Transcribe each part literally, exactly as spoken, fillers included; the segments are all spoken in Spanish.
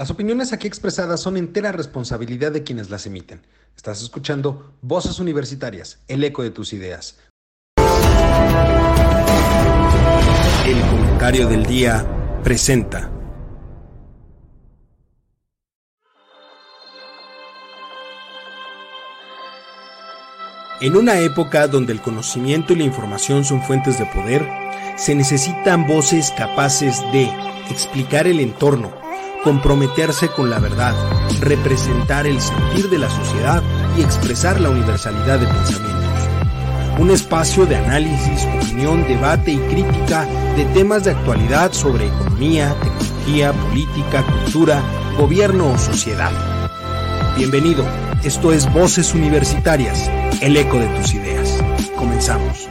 Las opiniones aquí expresadas son entera responsabilidad de quienes las emiten. Estás escuchando Voces Universitarias, el eco de tus ideas. El comentario del día presenta. En una época donde el conocimiento y la información son fuentes de poder, se necesitan voces capaces de explicar el entorno, comprometerse con la verdad, representar el sentir de la sociedad y expresar la universalidad de pensamientos. Un espacio de análisis, opinión, debate y crítica de temas de actualidad sobre economía, tecnología, política, cultura, gobierno o sociedad. Bienvenido, esto es Voces Universitarias, el eco de tus ideas. Comenzamos.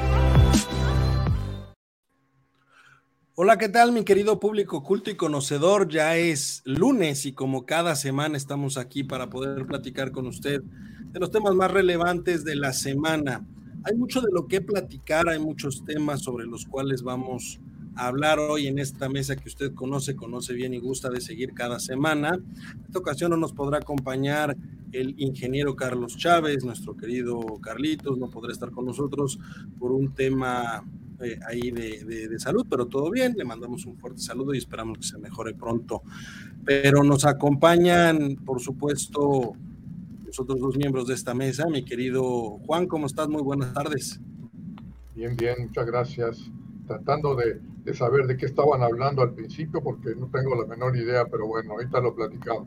Hola, ¿qué tal, mi querido público culto y conocedor? Ya es lunes y como cada semana estamos aquí para poder platicar con usted de los temas más relevantes de la semana. Hay mucho de lo que platicar, hay muchos temas sobre los cuales vamos a hablar hoy en esta mesa que usted conoce, conoce bien y gusta de seguir cada semana. En esta ocasión no nos podrá acompañar el ingeniero Carlos Chávez, nuestro querido Carlitos, no podrá estar con nosotros por un tema eh, ahí de, de, de salud, pero todo bien, le mandamos un fuerte saludo y esperamos que se mejore pronto. Pero nos acompañan, por supuesto, los otros dos miembros de esta mesa. Mi querido Juan, ¿cómo estás? Muy buenas tardes. Bien, bien, muchas gracias. Tratando de, de saber de qué estaban hablando al principio, porque no tengo la menor idea, pero bueno, ahorita lo platicamos.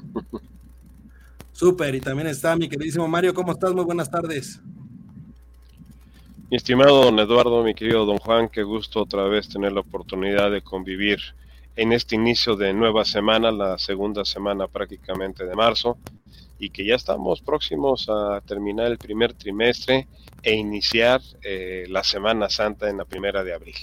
Súper, y también está mi queridísimo Mario, ¿cómo estás? Muy buenas tardes. Mi estimado don Eduardo, mi querido don Juan, qué gusto otra vez tener la oportunidad de convivir en este inicio de nueva semana, la segunda semana prácticamente de marzo, y que ya estamos próximos a terminar el primer trimestre e iniciar eh, la Semana Santa en la primera de abril.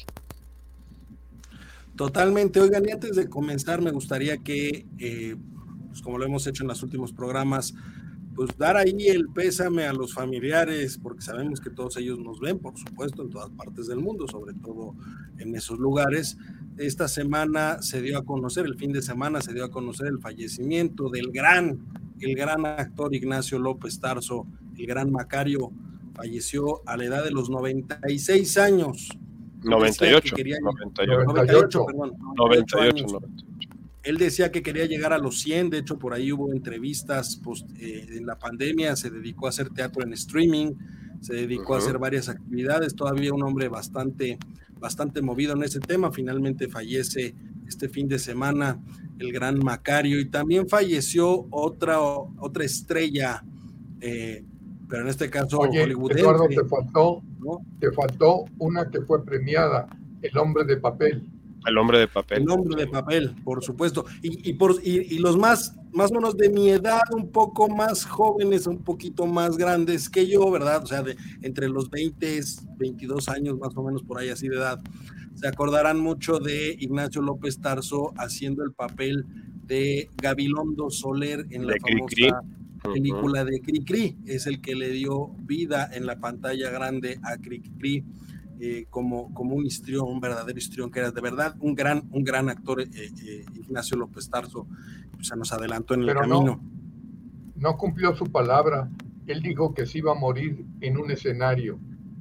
Totalmente. Oigan, y antes de comenzar me gustaría que, eh, pues como lo hemos hecho en los últimos programas, pues dar ahí el pésame a los familiares, porque sabemos que todos ellos nos ven, por supuesto, en todas partes del mundo, sobre todo en esos lugares. Esta semana se dio a conocer, el fin de semana se dio a conocer el fallecimiento del gran, el gran actor Ignacio López Tarso, el gran Macario. Falleció a la edad de los noventa y seis años. noventa y ocho, quería, noventa y ocho, noventa y ocho, perdón, noventa y ocho, noventa y ocho. Él decía que quería llegar a los cien, de hecho por ahí hubo entrevistas post, eh, en la pandemia, se dedicó a hacer teatro en streaming, se dedicó uh-huh. a hacer varias actividades, todavía un hombre bastante, bastante movido en ese tema. Finalmente fallece este fin de semana el gran Macario, y también falleció otra, otra estrella, eh, pero en este caso Oye, hollywoodense. Eduardo, te faltó, ¿no? te faltó una que fue premiada, El Hombre de Papel. El Hombre de Papel. El Hombre de Papel, por supuesto. Y, y, por, y, y los más, más o menos de mi edad, un poco más jóvenes, un poquito más grandes que yo, ¿verdad? O sea, de, entre los veinte, veintidós años, más o menos por ahí así de edad, se acordarán mucho de Ignacio López Tarso haciendo el papel de Gabilondo Soler en la de famosa Cricri. película uh-huh. de Cricri. Es el que le dio vida en la pantalla grande a Cricri. Eh, como, como un histrión, un verdadero histrión, que era de verdad un gran, un gran actor, eh, eh, Ignacio López Tarso, pues se nos adelantó en el Pero camino. No, no cumplió su palabra. Él dijo que se iba a morir en un escenario.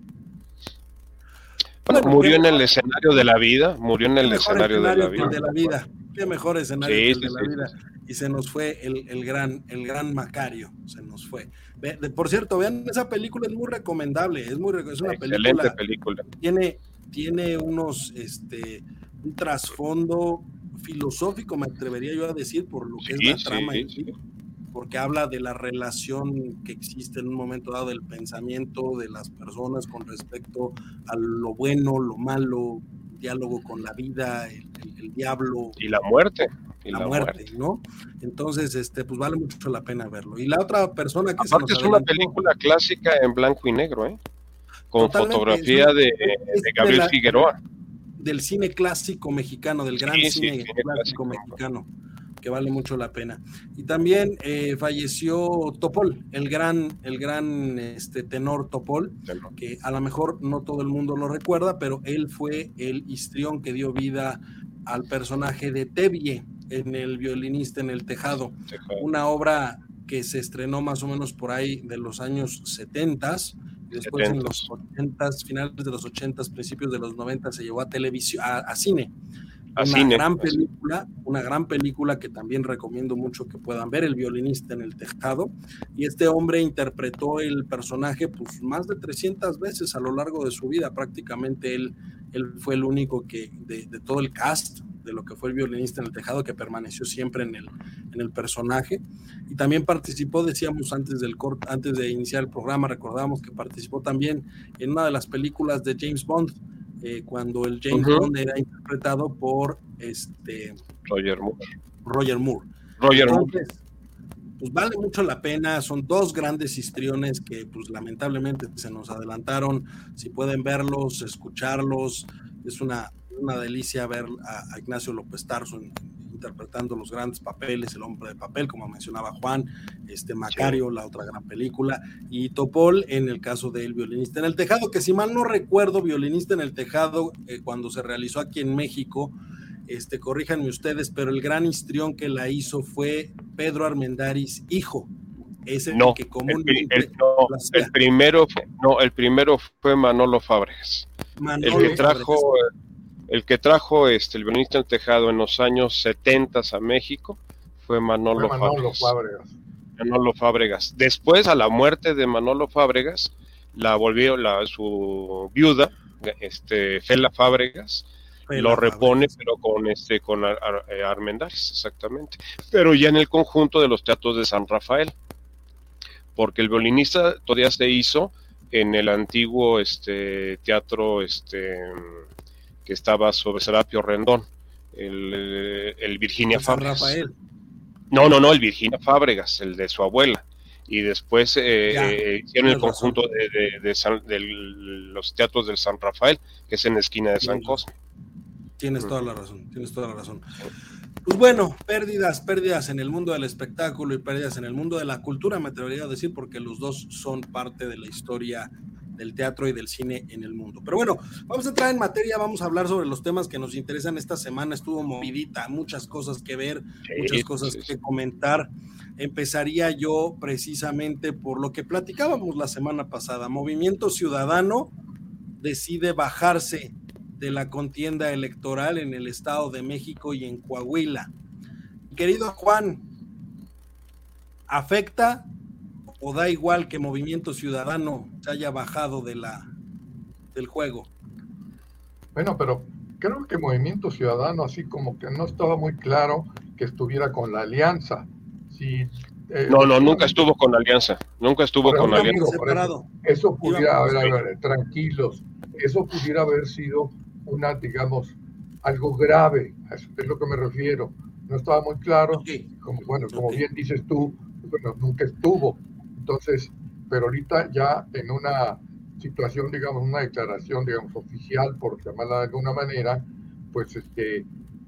Bueno, bueno murió en el escenario de la vida, murió en el escenario, escenario de la vida. de la vida. Qué mejor escenario sí, que el sí, de la sí, vida. Sí. Y se nos fue el, el, gran, el gran Macario, se nos fue. De, de, por cierto, vean, esa película es muy recomendable, es, muy, es una Excelente película, película. Tiene, tiene unos, este, un trasfondo filosófico, me atrevería yo a decir, por lo que sí, es la trama sí, en sí, porque habla de la relación que existe en un momento dado del pensamiento de las personas con respecto a lo bueno, lo malo, diálogo con la vida, el, el, el diablo. Y la muerte. Y la, la muerte, muerte, ¿no? Entonces, este, pues vale mucho la pena verlo. Y la otra persona que aparte se nos es una adelantó, película clásica en blanco y negro, ¿eh? Con fotografía es, de, es de Gabriel de la, Figueroa. Del cine clásico mexicano, del gran sí, cine, sí, cine clásico clásico mexicano, que vale mucho la pena. Y también eh, falleció Topol, el gran, el gran este, tenor Topol, tenor. que a lo mejor no todo el mundo lo recuerda, pero él fue el histrión que dio vida al personaje de Tevye en El violinista en el tejado, Tejado. una obra que se estrenó más o menos por ahí de los años setentas, y después setentas. en los ochentas, finales de los ochentas, principios de los noventas, se llevó a televisión, a, a cine. A una cine, gran así. película, una gran película que también recomiendo mucho que puedan ver, El violinista en el tejado, y este hombre interpretó el personaje pues más de trescientas veces a lo largo de su vida. Prácticamente él, él fue el único que de, de todo el cast de lo que fue El violinista en el tejado que permaneció siempre en el, en el personaje, y también participó, decíamos antes del corte, antes de iniciar el programa, recordábamos que participó también en una de las películas de James Bond, Eh, cuando el James uh-huh. Bond era interpretado por este Roger Moore. Roger Moore. Roger Entonces, Moore. Pues vale mucho la pena, son dos grandes histriones que pues lamentablemente se nos adelantaron. Si pueden verlos, escucharlos, es una, una delicia ver a, a Ignacio López Tarso interpretando los grandes papeles, El hombre de papel, como mencionaba Juan, este Macario, sí. La otra gran película, y Topol en el caso de El violinista en el tejado, que si mal no recuerdo, Violinista en el tejado, eh, cuando se realizó aquí en México, este, corríjanme ustedes, pero el gran histrión que la hizo fue Pedro Armendáriz, hijo. Es el no, que comúnmente el, el, no, el primero, no, el primero fue Manolo Fábregas. Manolo el que trajo Fábregas. El que trajo este, El violinista en el tejado en los años setenta a México fue Manolo, fue Manolo Fábregas. Fábregas. Manolo Fábregas. Después, a la muerte de Manolo Fábregas, la volvió la, su viuda, este, Fela Fábregas, Fela lo repone, Fábregas. pero con este con Ar, Ar, Armendáriz, exactamente. Pero ya en el conjunto de los teatros de San Rafael, porque El violinista todavía se hizo en el antiguo este, teatro este que estaba sobre Serapio Rendón, el, el Virginia San Fábregas. Rafael. No, no, no, el Virginia Fábregas, el de su abuela. Y después eh, ya, eh, hicieron el conjunto de, de, de, San, de los teatros del San Rafael, que es en la esquina de San Cosme. Tienes toda la razón, tienes toda la razón. Pues bueno, pérdidas, pérdidas en el mundo del espectáculo y pérdidas en el mundo de la cultura, me atrevería a decir, porque los dos son parte de la historia del teatro y del cine en el mundo. Pero bueno, vamos a entrar en materia, vamos a hablar sobre los temas que nos interesan esta semana. Estuvo movidita, muchas cosas que ver, sí, muchas cosas sí, que sí. comentar. Empezaría yo precisamente por lo que platicábamos la semana pasada. Movimiento Ciudadano decide bajarse de la contienda electoral en el Estado de México y en Coahuila. Querido Juan, ¿afecta o da igual que Movimiento Ciudadano se haya bajado de la, del juego? Bueno, pero creo que Movimiento Ciudadano así como que no estaba muy claro que estuviera con la alianza. Si, eh, no, no, nunca estuvo con la alianza, nunca estuvo con la alianza. Eso, eso pudiera haber, a ver, tranquilos, eso pudiera haber sido una, digamos, algo grave, a eso es lo que me refiero. No estaba muy claro, okay. como, bueno, como okay. bien dices tú, bueno, nunca estuvo. Entonces, pero ahorita ya en una situación, digamos, una declaración, digamos, oficial, por llamarla de alguna manera, pues, este,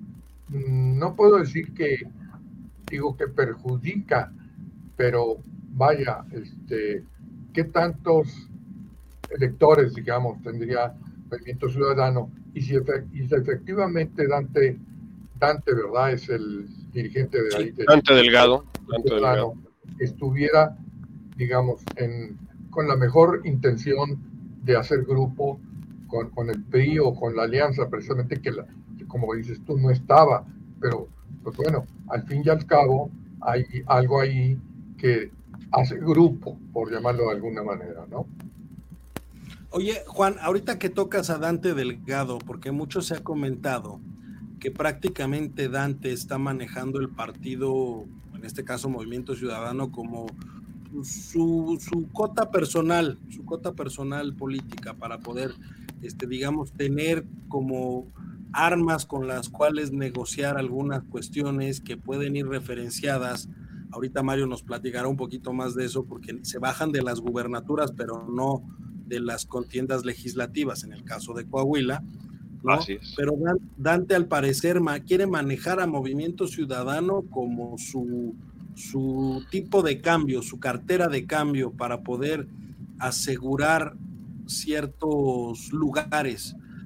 no puedo decir que, digo que perjudica, pero vaya, este, ¿qué tantos electores, digamos, tendría Movimiento Ciudadano? Y si, efect, y si efectivamente Dante, Dante, ¿verdad? Es el dirigente de ahí. Sí, Dante de, Delgado, Dante Delgado, estuviera, digamos, en, con la mejor intención de hacer grupo con, con el P R I o con la alianza, precisamente que, la, que, como dices tú, no estaba, pero pues bueno, al fin y al cabo hay algo ahí que hace grupo, por llamarlo de alguna manera, ¿no? Oye, Juan, ahorita que tocas a Dante Delgado, porque mucho se ha comentado que prácticamente Dante está manejando el partido, en este caso Movimiento Ciudadano, como su, su cota personal, su cota personal política para poder, este, digamos, tener como armas con las cuales negociar algunas cuestiones que pueden ir referenciadas. Ahorita Mario nos platicará un poquito más de eso, porque se bajan de las gubernaturas, pero no de las contiendas legislativas, en el caso de Coahuila, ¿no? Así es. Pero Dante al parecer quiere manejar a Movimiento Ciudadano como su, su tipo de cambio, su cartera de cambio para poder asegurar ciertos lugares,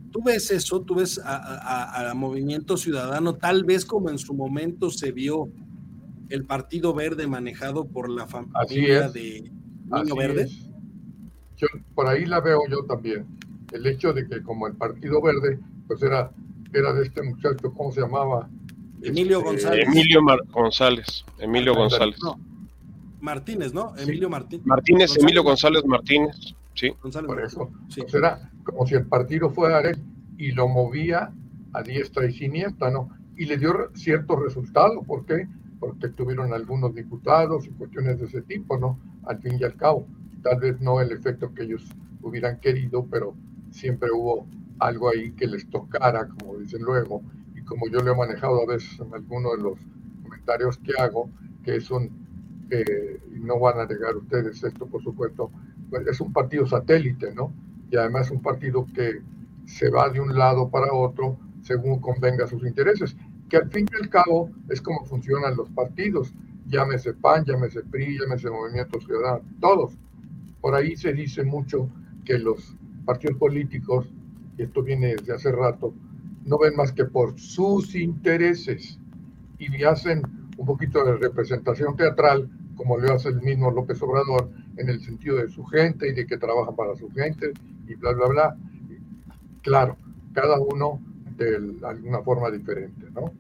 tú ves eso, tú ves a, a, a Movimiento Ciudadano, tal vez como en su momento se vio el Partido Verde manejado por la familia de Niño Verde. Es. Yo, por ahí la veo yo también. El hecho de que como el Partido Verde, pues era, era de este muchacho, ¿cómo se llamaba? Emilio este, González. Emilio Mar González. Emilio González. No, Martínez, ¿no? Sí. Emilio Martínez. Martínez, González, Emilio González Martínez. Sí. González por eso. Sí. Pues era como si el partido fuera él y lo movía a diestra y siniestra, ¿no? Y le dio ciertos resultados. ¿Por qué? Porque tuvieron algunos diputados y cuestiones de ese tipo, ¿no? Al fin y al cabo. Tal vez no el efecto que ellos hubieran querido, pero siempre hubo algo ahí que les tocara, como dicen luego, y como yo lo he manejado a veces en algunos de los comentarios que hago, que es un, eh, y no van a negar ustedes esto, por supuesto, pues es un partido satélite, ¿no? Y además un partido que se va de un lado para otro según convenga sus intereses, que al fin y al cabo es como funcionan los partidos, llámese P A N, llámese P R I, llámese Movimiento Ciudadano, todos. Por ahí se dice mucho que los partidos políticos, y esto viene desde hace rato, no ven más que por sus intereses y hacen un poquito de representación teatral, como lo hace el mismo López Obrador, en el sentido de su gente y de que trabajan para su gente y bla, bla, bla. Claro, cada uno de alguna forma diferente, ¿no?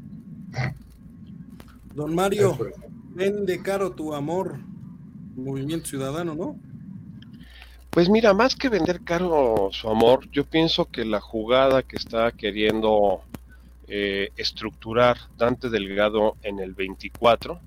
Don Mario, es. Vende caro tu amor, Movimiento Ciudadano, ¿no? Pues mira, más que vender caro su amor, yo pienso que la jugada que está queriendo eh, estructurar Dante Delgado en el veinticuatro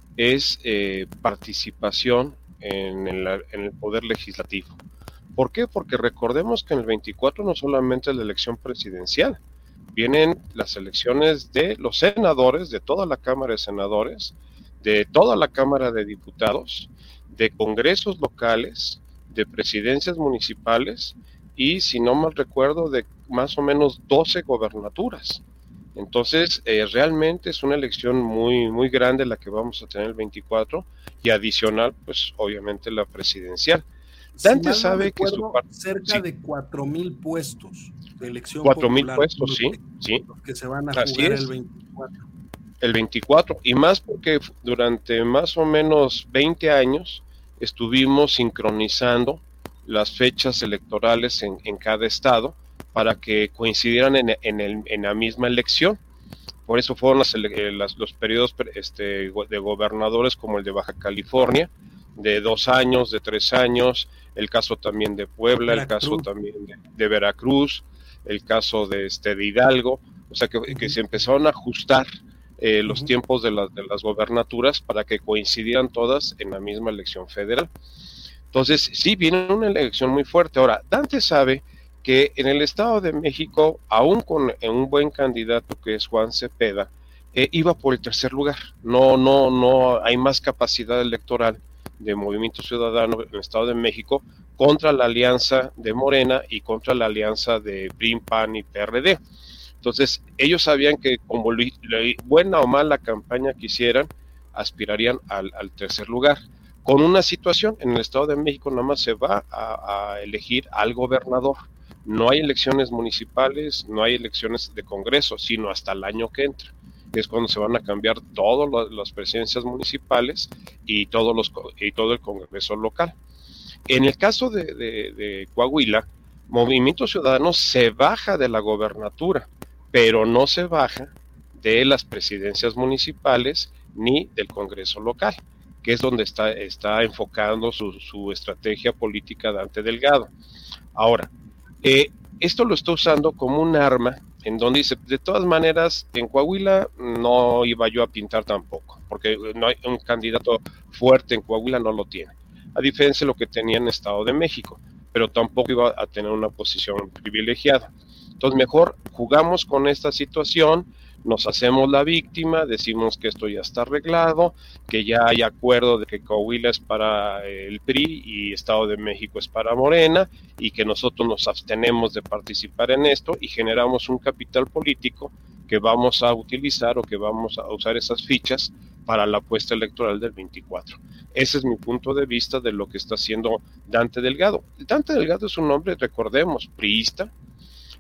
es eh, participación en el, en el poder legislativo. ¿Por qué? Porque recordemos que en el veinticuatro no solamente es la elección presidencial, vienen las elecciones de los senadores, de toda la Cámara de Senadores, de toda la Cámara de Diputados, de congresos locales, de presidencias municipales y, si no mal recuerdo, de más o menos doce gobernaturas. Entonces, eh, realmente es una elección muy, muy grande la que vamos a tener el veinticuatro y adicional, pues, obviamente, la presidencial. Dante si sabe no que su parte... cerca sí. de cuatro mil puestos de elección cuatro mil puestos, sí, que, sí. que se van a Así jugar es. el veinticuatro. El veinticuatro, y más porque durante más o menos veinte años estuvimos sincronizando las fechas electorales en, en cada estado para que coincidieran en, en, el, en la misma elección. Por eso fueron las, las, los periodos este, de gobernadores como el de Baja California, de dos años, de tres años, el caso también de Puebla, Veracruz. El caso también de, de Veracruz, el caso de, este, de Hidalgo, o sea que, uh-huh. que se empezaron a ajustar eh, los uh-huh. tiempos de, la, de las gobernaturas para que coincidieran todas en la misma elección federal. Entonces, sí, viene una elección muy fuerte. Ahora, Dante sabe que en el Estado de México, aún con un buen candidato que es Juan Cepeda, eh, iba por el tercer lugar. No, no, no hay más capacidad electoral de Movimiento Ciudadano en el Estado de México contra la alianza de Morena y contra la alianza de P R I, P A N y P R D. Entonces, ellos sabían que como lo, lo, buena o mala campaña que hicieran, aspirarían al, al tercer lugar. Con una situación, en el Estado de México nada más se va a, a elegir al gobernador. No hay elecciones municipales, no hay elecciones de Congreso, sino hasta el año que entra, que es cuando se van a cambiar todas las presidencias municipales y, todos los, y todo el Congreso local. En el caso de, de, de Coahuila, Movimiento Ciudadano se baja de la gobernatura, pero no se baja de las presidencias municipales ni del Congreso local, que es donde está, está enfocando su, su estrategia política Dante Delgado. Ahora, eh, esto lo está usando como un arma en donde dice, de todas maneras, en Coahuila no iba yo a pintar tampoco, porque no hay un candidato fuerte en Coahuila, no lo tiene, a diferencia de lo que tenía en Estado de México, pero tampoco iba a tener una posición privilegiada. Entonces mejor jugamos con esta situación, nos hacemos la víctima, decimos que esto ya está arreglado, que ya hay acuerdo de que Coahuila es para el P R I y Estado de México es para Morena, y que nosotros nos abstenemos de participar en esto y generamos un capital político que vamos a utilizar o que vamos a usar esas fichas para la apuesta electoral del veinticuatro. Ese es mi punto de vista de lo que está haciendo Dante Delgado. Dante Delgado es un hombre, recordemos, priista,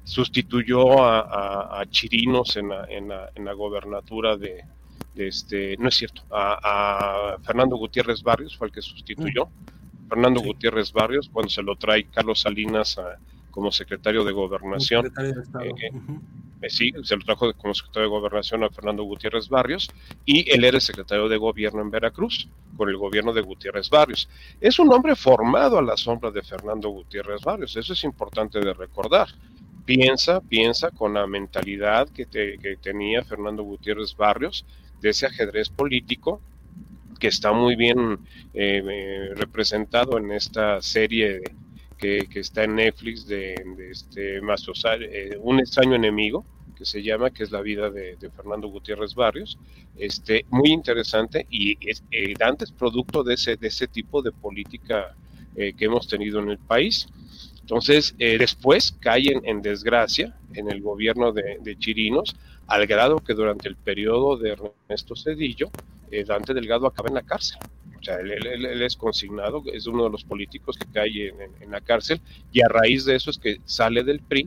sustituyó a, a, a Chirinos en la, en, la, en la gobernatura de, de este, no es cierto, a, a Fernando Gutiérrez Barrios fue el que sustituyó, mm. Fernando sí. Gutiérrez Barrios, cuando se lo trae Carlos Salinas a, como secretario de Gobernación, secretario de Estado. Eh, uh-huh. eh, sí, se lo trajo como secretario de Gobernación a Fernando Gutiérrez Barrios, y él era el secretario de Gobierno en Veracruz, con el gobierno de Gutiérrez Barrios. Es un hombre formado a la sombra de Fernando Gutiérrez Barrios, eso es importante de recordar. Piensa, piensa con la mentalidad que, te, que tenía Fernando Gutiérrez Barrios, de ese ajedrez político, que está muy bien eh, eh, representado en esta serie de, que, que está en Netflix de, de este Mastosar, eh, Un extraño enemigo, que se llama, que es la vida de, de Fernando Gutiérrez Barrios, este, muy interesante, y es, eh, Dante es producto de ese, de ese tipo de política eh, que hemos tenido en el país. Entonces, eh, después caen en desgracia en el gobierno de, de Chirinos, al grado que durante el periodo de Ernesto Zedillo, eh, Dante Delgado acaba en la cárcel. O sea, él, él, él es consignado, es uno de los políticos que cae en, en, en la cárcel, y a raíz de eso es que sale del P R I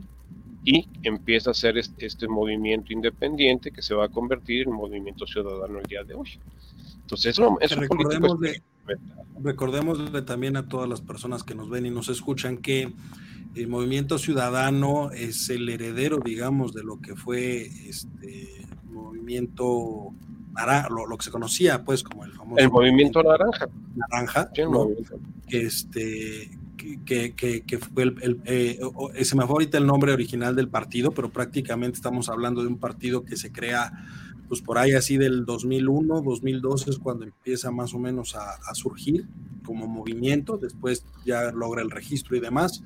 y empieza a hacer este, este movimiento independiente que se va a convertir en movimiento ciudadano el día de hoy. Entonces, no, es un político de, recordémosle también a todas las personas que nos ven y nos escuchan que el movimiento ciudadano es el heredero, digamos, de lo que fue este movimiento naranja, lo, lo que se conocía pues como el famoso el movimiento, movimiento naranja naranja sí, ¿no? que este que, que, que fue el, el eh, se me fue ahorita el nombre original del partido, pero prácticamente estamos hablando de un partido que se crea pues por ahí así del dos mil uno, dos mil dos es cuando empieza más o menos a, a surgir como movimiento, después ya logra el registro y demás.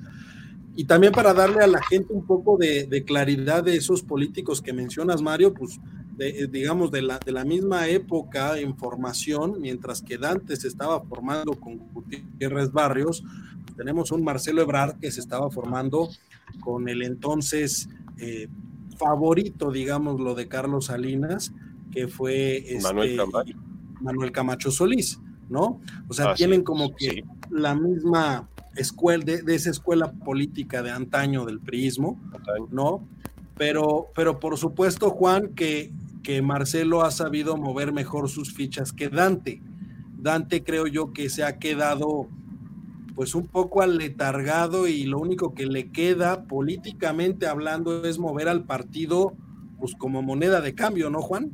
Y también para darle a la gente un poco de, de claridad de esos políticos que mencionas, Mario, pues de, digamos de la, de la misma época en formación, mientras que Dante se estaba formando con Gutiérrez Barrios, pues tenemos un Marcelo Ebrard que se estaba formando con el entonces eh, favorito, digamos, lo de Carlos Salinas, que fue este, Manuel Camacho. Manuel Camacho Solís, ¿no? O sea, ah, tienen sí, como que sí. la misma escuela, de, de esa escuela política de antaño del priismo, antaño. ¿no? Pero, pero por supuesto, Juan, que, que Marcelo ha sabido mover mejor sus fichas que Dante. Dante creo yo que se ha quedado pues un poco aletargado y lo único que le queda políticamente hablando es mover al partido pues como moneda de cambio, ¿no, Juan?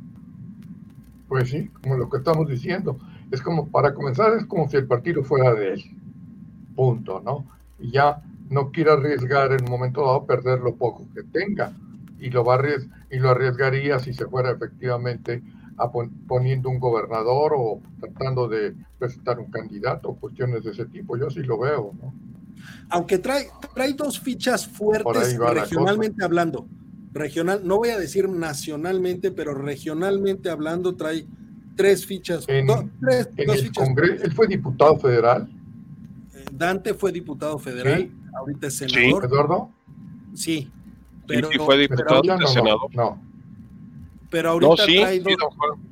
Pues sí, como lo que estamos diciendo. Es como, para comenzar, es como si el partido fuera de él. Punto, ¿no? Y ya no quiere arriesgar en un momento dado perder lo poco que tenga. Y lo, va a arriesg- y lo arriesgaría si se fuera efectivamente a pon- poniendo un gobernador o tratando de presentar un candidato, cuestiones de ese tipo. Yo sí lo veo, ¿no? Aunque trae, trae dos fichas fuertes regionalmente hablando. Regional, no voy a decir nacionalmente, pero regionalmente hablando trae tres fichas. En, do, tres, en dos el fichas Congreso, él fue diputado federal. Dante fue diputado federal, ¿Sí? ahorita es senador. ¿Sí, Eduardo? Sí, pero, sí, fue diputado pero, de senador. No. Pero ahorita no, sí, trae sí, dos,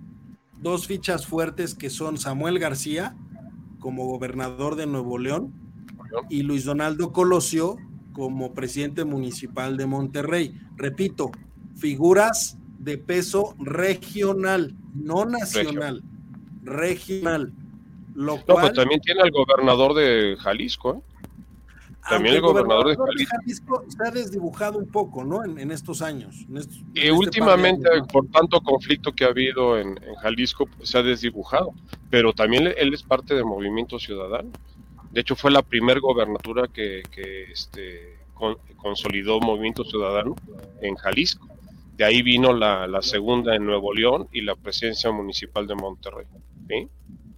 dos fichas fuertes que son Samuel García como gobernador de Nuevo León y Luis Donaldo Colosio como presidente municipal de Monterrey. Repito, figuras de peso regional, no nacional, regional. Lo no, cual, pues también tiene al gobernador de Jalisco, ¿eh? También el gobernador, el gobernador de Jalisco. de Jalisco se ha desdibujado un poco, ¿no? En, en estos años. En estos, y en últimamente, este años, ¿no? por tanto conflicto que ha habido en, en Jalisco, pues, se ha desdibujado. Pero también él es parte del Movimiento Ciudadano. De hecho, fue la primer gobernatura que, que este, con, consolidó Movimiento Ciudadano en Jalisco. De ahí vino la, la segunda en Nuevo León y la presidencia municipal de Monterrey. ¿Sí?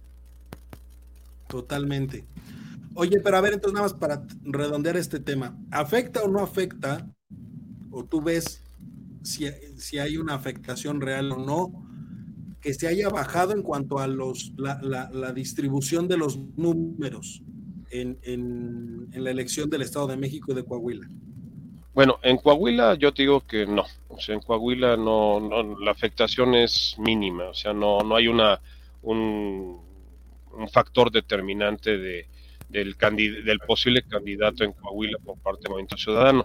Totalmente. Oye, pero a ver, entonces nada más para redondear este tema, ¿afecta o no afecta, o tú ves si, si hay una afectación real o no, que se haya bajado en cuanto a los la, la, la distribución de los números en, en, en la elección del Estado de México y de Coahuila? Bueno, en Coahuila yo te digo que no, o sea, en Coahuila no, no la afectación es mínima, o sea, no, no hay una un, un factor determinante de Del, candid- del posible candidato en Coahuila por parte del Movimiento Ciudadano.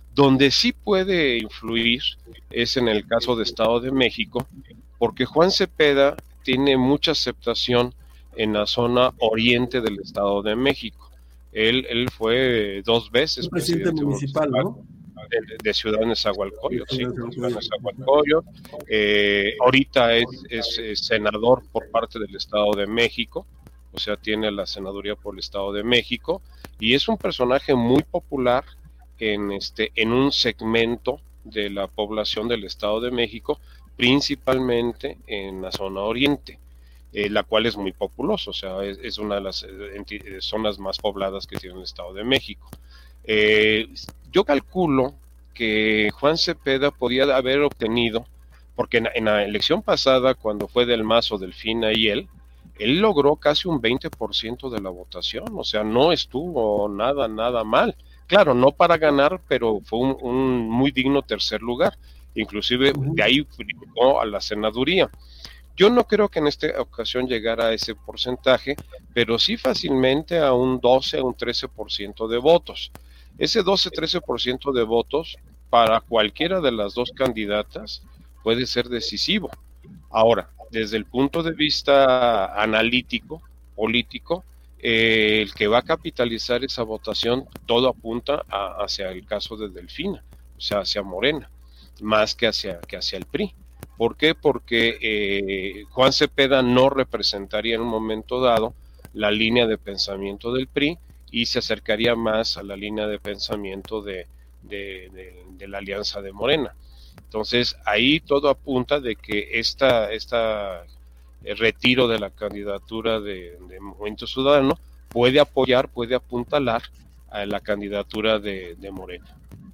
Donde sí puede influir es en el caso de Estado de México, porque Juan Cepeda tiene mucha aceptación en la zona oriente del Estado de México. Él, él fue dos veces un presidente, presidente municipal, municipal, ¿no? De, de Ciudad Nezahualcóyotl, sí, de Ciudad Nezahualcóyotl. Eh, ahorita es, es, es senador por parte del Estado de México, o sea, tiene la senaduría por el Estado de México, y es un personaje muy popular en, este, en un segmento de la población del Estado de México, principalmente en la zona oriente, eh, la cual es muy populosa, o sea, es, es una de las eh, zonas más pobladas que tiene el Estado de México. Eh, yo calculo que Juan Cepeda podía haber obtenido, porque en, en la elección pasada, cuando fue Del Mazo, Delfina y él, él logró casi un veinte por ciento de la votación, o sea, no estuvo nada, nada mal. Claro, no para ganar, pero fue un, un muy digno tercer lugar. Inclusive de ahí llegó a la senaduría. Yo no creo que en esta ocasión llegara a ese porcentaje, pero sí fácilmente a un doce, a un trece por ciento de votos. Ese doce, trece por ciento de votos para cualquiera de las dos candidatas puede ser decisivo. Ahora, desde el punto de vista analítico, político, Eh, el que va a capitalizar esa votación, todo apunta a, hacia el caso de Delfina, o sea, hacia Morena, más que hacia, que hacia el P R I. ¿Por qué? Porque eh, Juan Cepeda no representaría en un momento dado la línea de pensamiento del P R I y se acercaría más a la línea de pensamiento de, de, de, de la alianza de Morena. Entonces, ahí todo apunta de que esta... esta el retiro de la candidatura de, de Movimiento Ciudadano puede apoyar, puede apuntalar a la candidatura de, de Morena.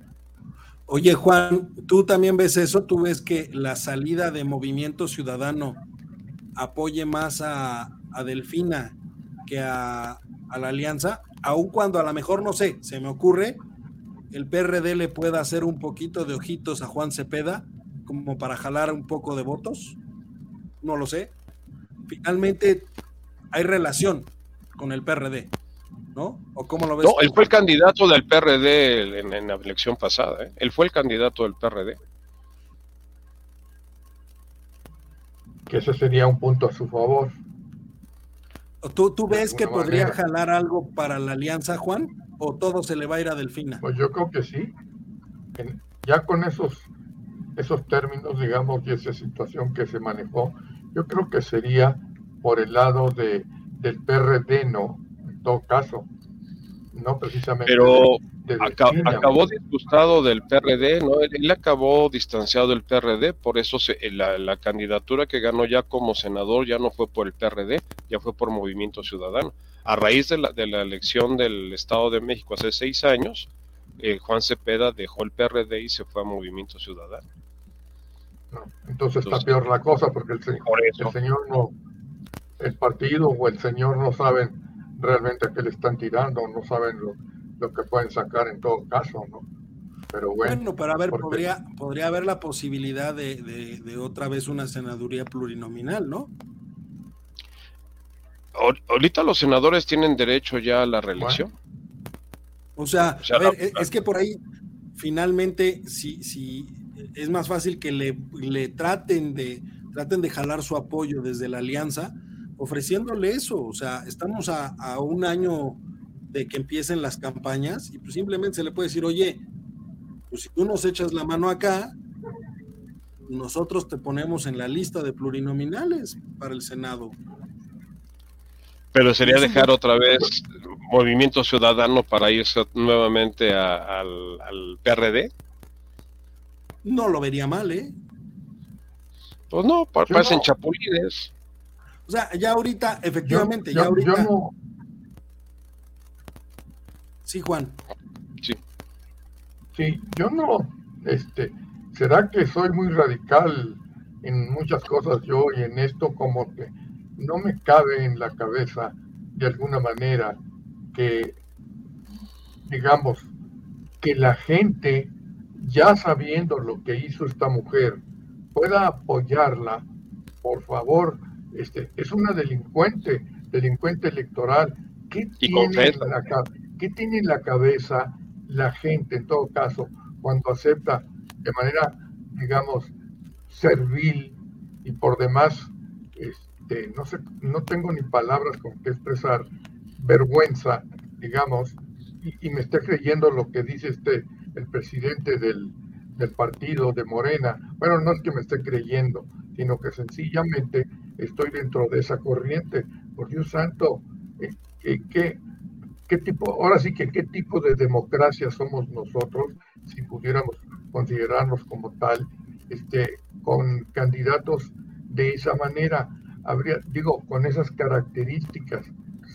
Oye, Juan, ¿tú también ves eso? ¿Tú ves que la salida de Movimiento Ciudadano apoye más a, a Delfina que a, a la alianza? Aun cuando a lo mejor, no sé, se me ocurre, el P R D le pueda hacer un poquito de ojitos a Juan Cepeda como para jalar un poco de votos. No lo sé. Finalmente hay relación con el P R D, ¿no? ¿O cómo lo ves? No, él fue el candidato del P R D en, en la elección pasada, ¿eh? Él fue el candidato del P R D. Que ese sería un punto a su favor. ¿Tú, tú ves que podría manera. jalar algo para la alianza, Juan? ¿O todo se le va a ir a Delfina? Pues yo creo que sí. Ya con esos, esos términos, digamos, y esa situación que se manejó, yo creo que sería por el lado de, del P R D, no, en todo caso, no precisamente. Pero de, de acá, acabó disgustado del P R D, ¿no? Él, él acabó distanciado del P R D, por eso se, la, la candidatura que ganó ya como senador ya no fue por el P R D, ya fue por Movimiento Ciudadano. A raíz de la, de la elección del Estado de México hace seis años, eh, Juan Cepeda dejó el P R D y se fue a Movimiento Ciudadano. No, entonces, entonces está peor la cosa porque el, el señor no, el partido o el señor no saben realmente a qué le están tirando, no saben lo, lo que pueden sacar en todo caso, ¿no? Pero bueno. Bueno, pero a ver, porque... podría, podría haber la posibilidad de, de, de otra vez una senaduría plurinominal, ¿no? Ahorita los senadores tienen derecho ya a la reelección. Bueno. O sea, o sea, a ver, la... es que por ahí finalmente si, si es más fácil que le, le traten de traten de jalar su apoyo desde la alianza, ofreciéndole eso. O sea, estamos a, a un año de que empiecen las campañas y pues simplemente se le puede decir, oye, pues si tú nos echas la mano acá, nosotros te ponemos en la lista de plurinominales para el Senado. Pero sería dejar otra vez Movimiento Ciudadano para irse nuevamente a, al, al P R D. No lo vería mal, ¿eh? Pues no, parecen no. chapulines. O sea, ya ahorita, efectivamente, yo, ya yo, ahorita. Yo no... Sí, Juan. Sí. Sí, yo no, este, será que soy muy radical en muchas cosas yo y en esto como que no me cabe en la cabeza de alguna manera que, digamos, que la gente, ya sabiendo lo que hizo esta mujer, pueda apoyarla. Por favor, este, es una delincuente, delincuente electoral. ¿Qué tiene, en la, ¿Qué tiene en la cabeza la gente, en todo caso, cuando acepta de manera, digamos, servil y por demás, este, no sé, no tengo ni palabras con que expresar, vergüenza, digamos, y, y me está creyendo lo que dice este, el presidente del, del partido de Morena. Bueno, no es que me esté creyendo, sino que sencillamente estoy dentro de esa corriente. Por Dios santo, eh, eh, ¿qué, qué tipo, ahora sí que qué tipo de democracia somos nosotros si pudiéramos considerarnos como tal, este, con candidatos de esa manera? Habría, digo, con esas características,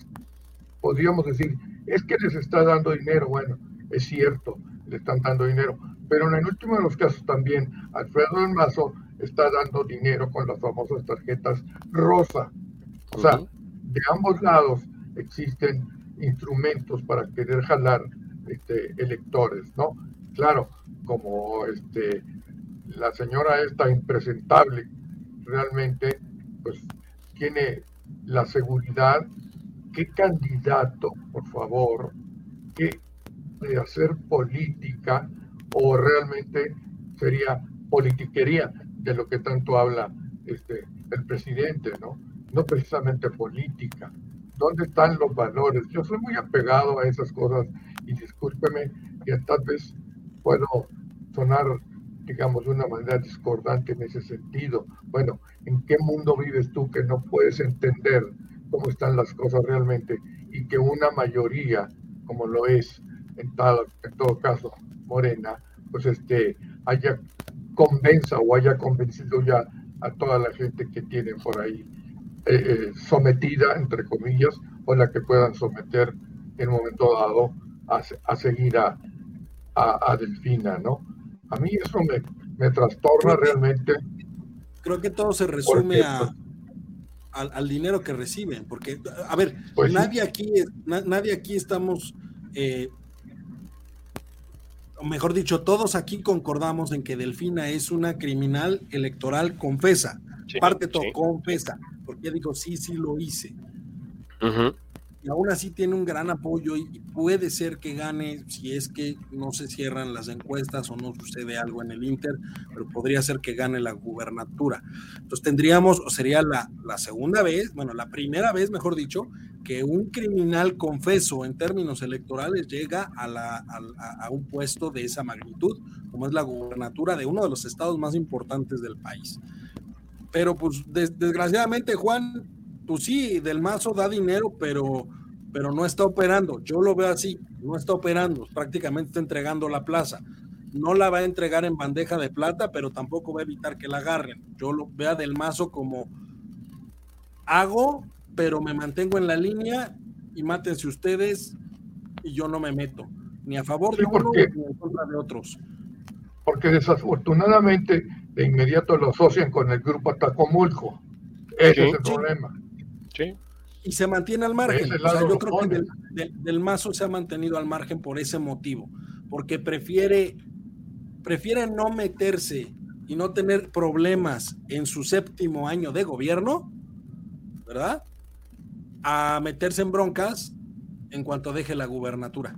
podríamos decir, es que les está dando dinero. Bueno, es cierto, le están dando dinero, pero en el último de los casos también Alfredo del Mazo está dando dinero con las famosas tarjetas rosa. O sea, uh-huh. de ambos lados existen instrumentos para querer jalar este, electores, ¿no? Claro, como este, la señora esta impresentable realmente, pues, tiene la seguridad. ¿Qué candidato, por favor, que de hacer política o realmente sería politiquería de lo que tanto habla este, el presidente, ¿no? No precisamente política. ¿Dónde están los valores? Yo soy muy apegado a esas cosas y discúlpeme que tal vez puedo sonar, digamos, de una manera discordante en ese sentido. Bueno, ¿en qué mundo vives tú que no puedes entender cómo están las cosas realmente y que una mayoría, como lo es en todo, en todo caso Morena, pues este haya convenza o haya convencido ya a toda la gente que tienen por ahí eh, eh, sometida, entre comillas, o la que puedan someter en un momento dado a, a seguir a, a, a Delfina, ¿no? A mí eso me, me trastorna creo realmente. Que, creo que todo se resume porque, a... Pues, Al, al dinero que reciben, porque, a ver, pues nadie, sí. aquí, na, nadie aquí estamos, eh, o mejor dicho, todos aquí concordamos en que Delfina es una criminal electoral confesa, sí, parte todo, sí. confesa, porque ella dijo, sí, sí lo hice. Uh-huh. Y aún así tiene un gran apoyo y puede ser que gane si es que no se cierran las encuestas o no sucede algo en el Inter, pero podría ser que gane la gubernatura. Entonces tendríamos, o sería la, la segunda vez, bueno, la primera vez, mejor dicho, que un criminal confeso en términos electorales llega a, la, a, a un puesto de esa magnitud, como es la gubernatura de uno de los estados más importantes del país. Pero pues des, desgraciadamente, Juan, pues sí, Del Mazo da dinero, pero, pero no está operando. Yo lo veo así, no está operando, prácticamente está entregando la plaza. No la va a entregar en bandeja de plata, pero tampoco va a evitar que la agarren. Yo lo veo a Del Mazo como hago, pero me mantengo en la línea y mátense ustedes y yo no me meto, ni a favor sí, de uno ni en contra de otros. Porque desafortunadamente de inmediato lo asocian con el grupo Tlacomulco. Ese sí, es el sí. problema. Sí. Y se mantiene al margen. O sea, yo creo que del, del, del Mazo se ha mantenido al margen por ese motivo, porque prefiere, prefiere no meterse y no tener problemas en su séptimo año de gobierno, ¿verdad? A meterse en broncas en cuanto deje la gubernatura.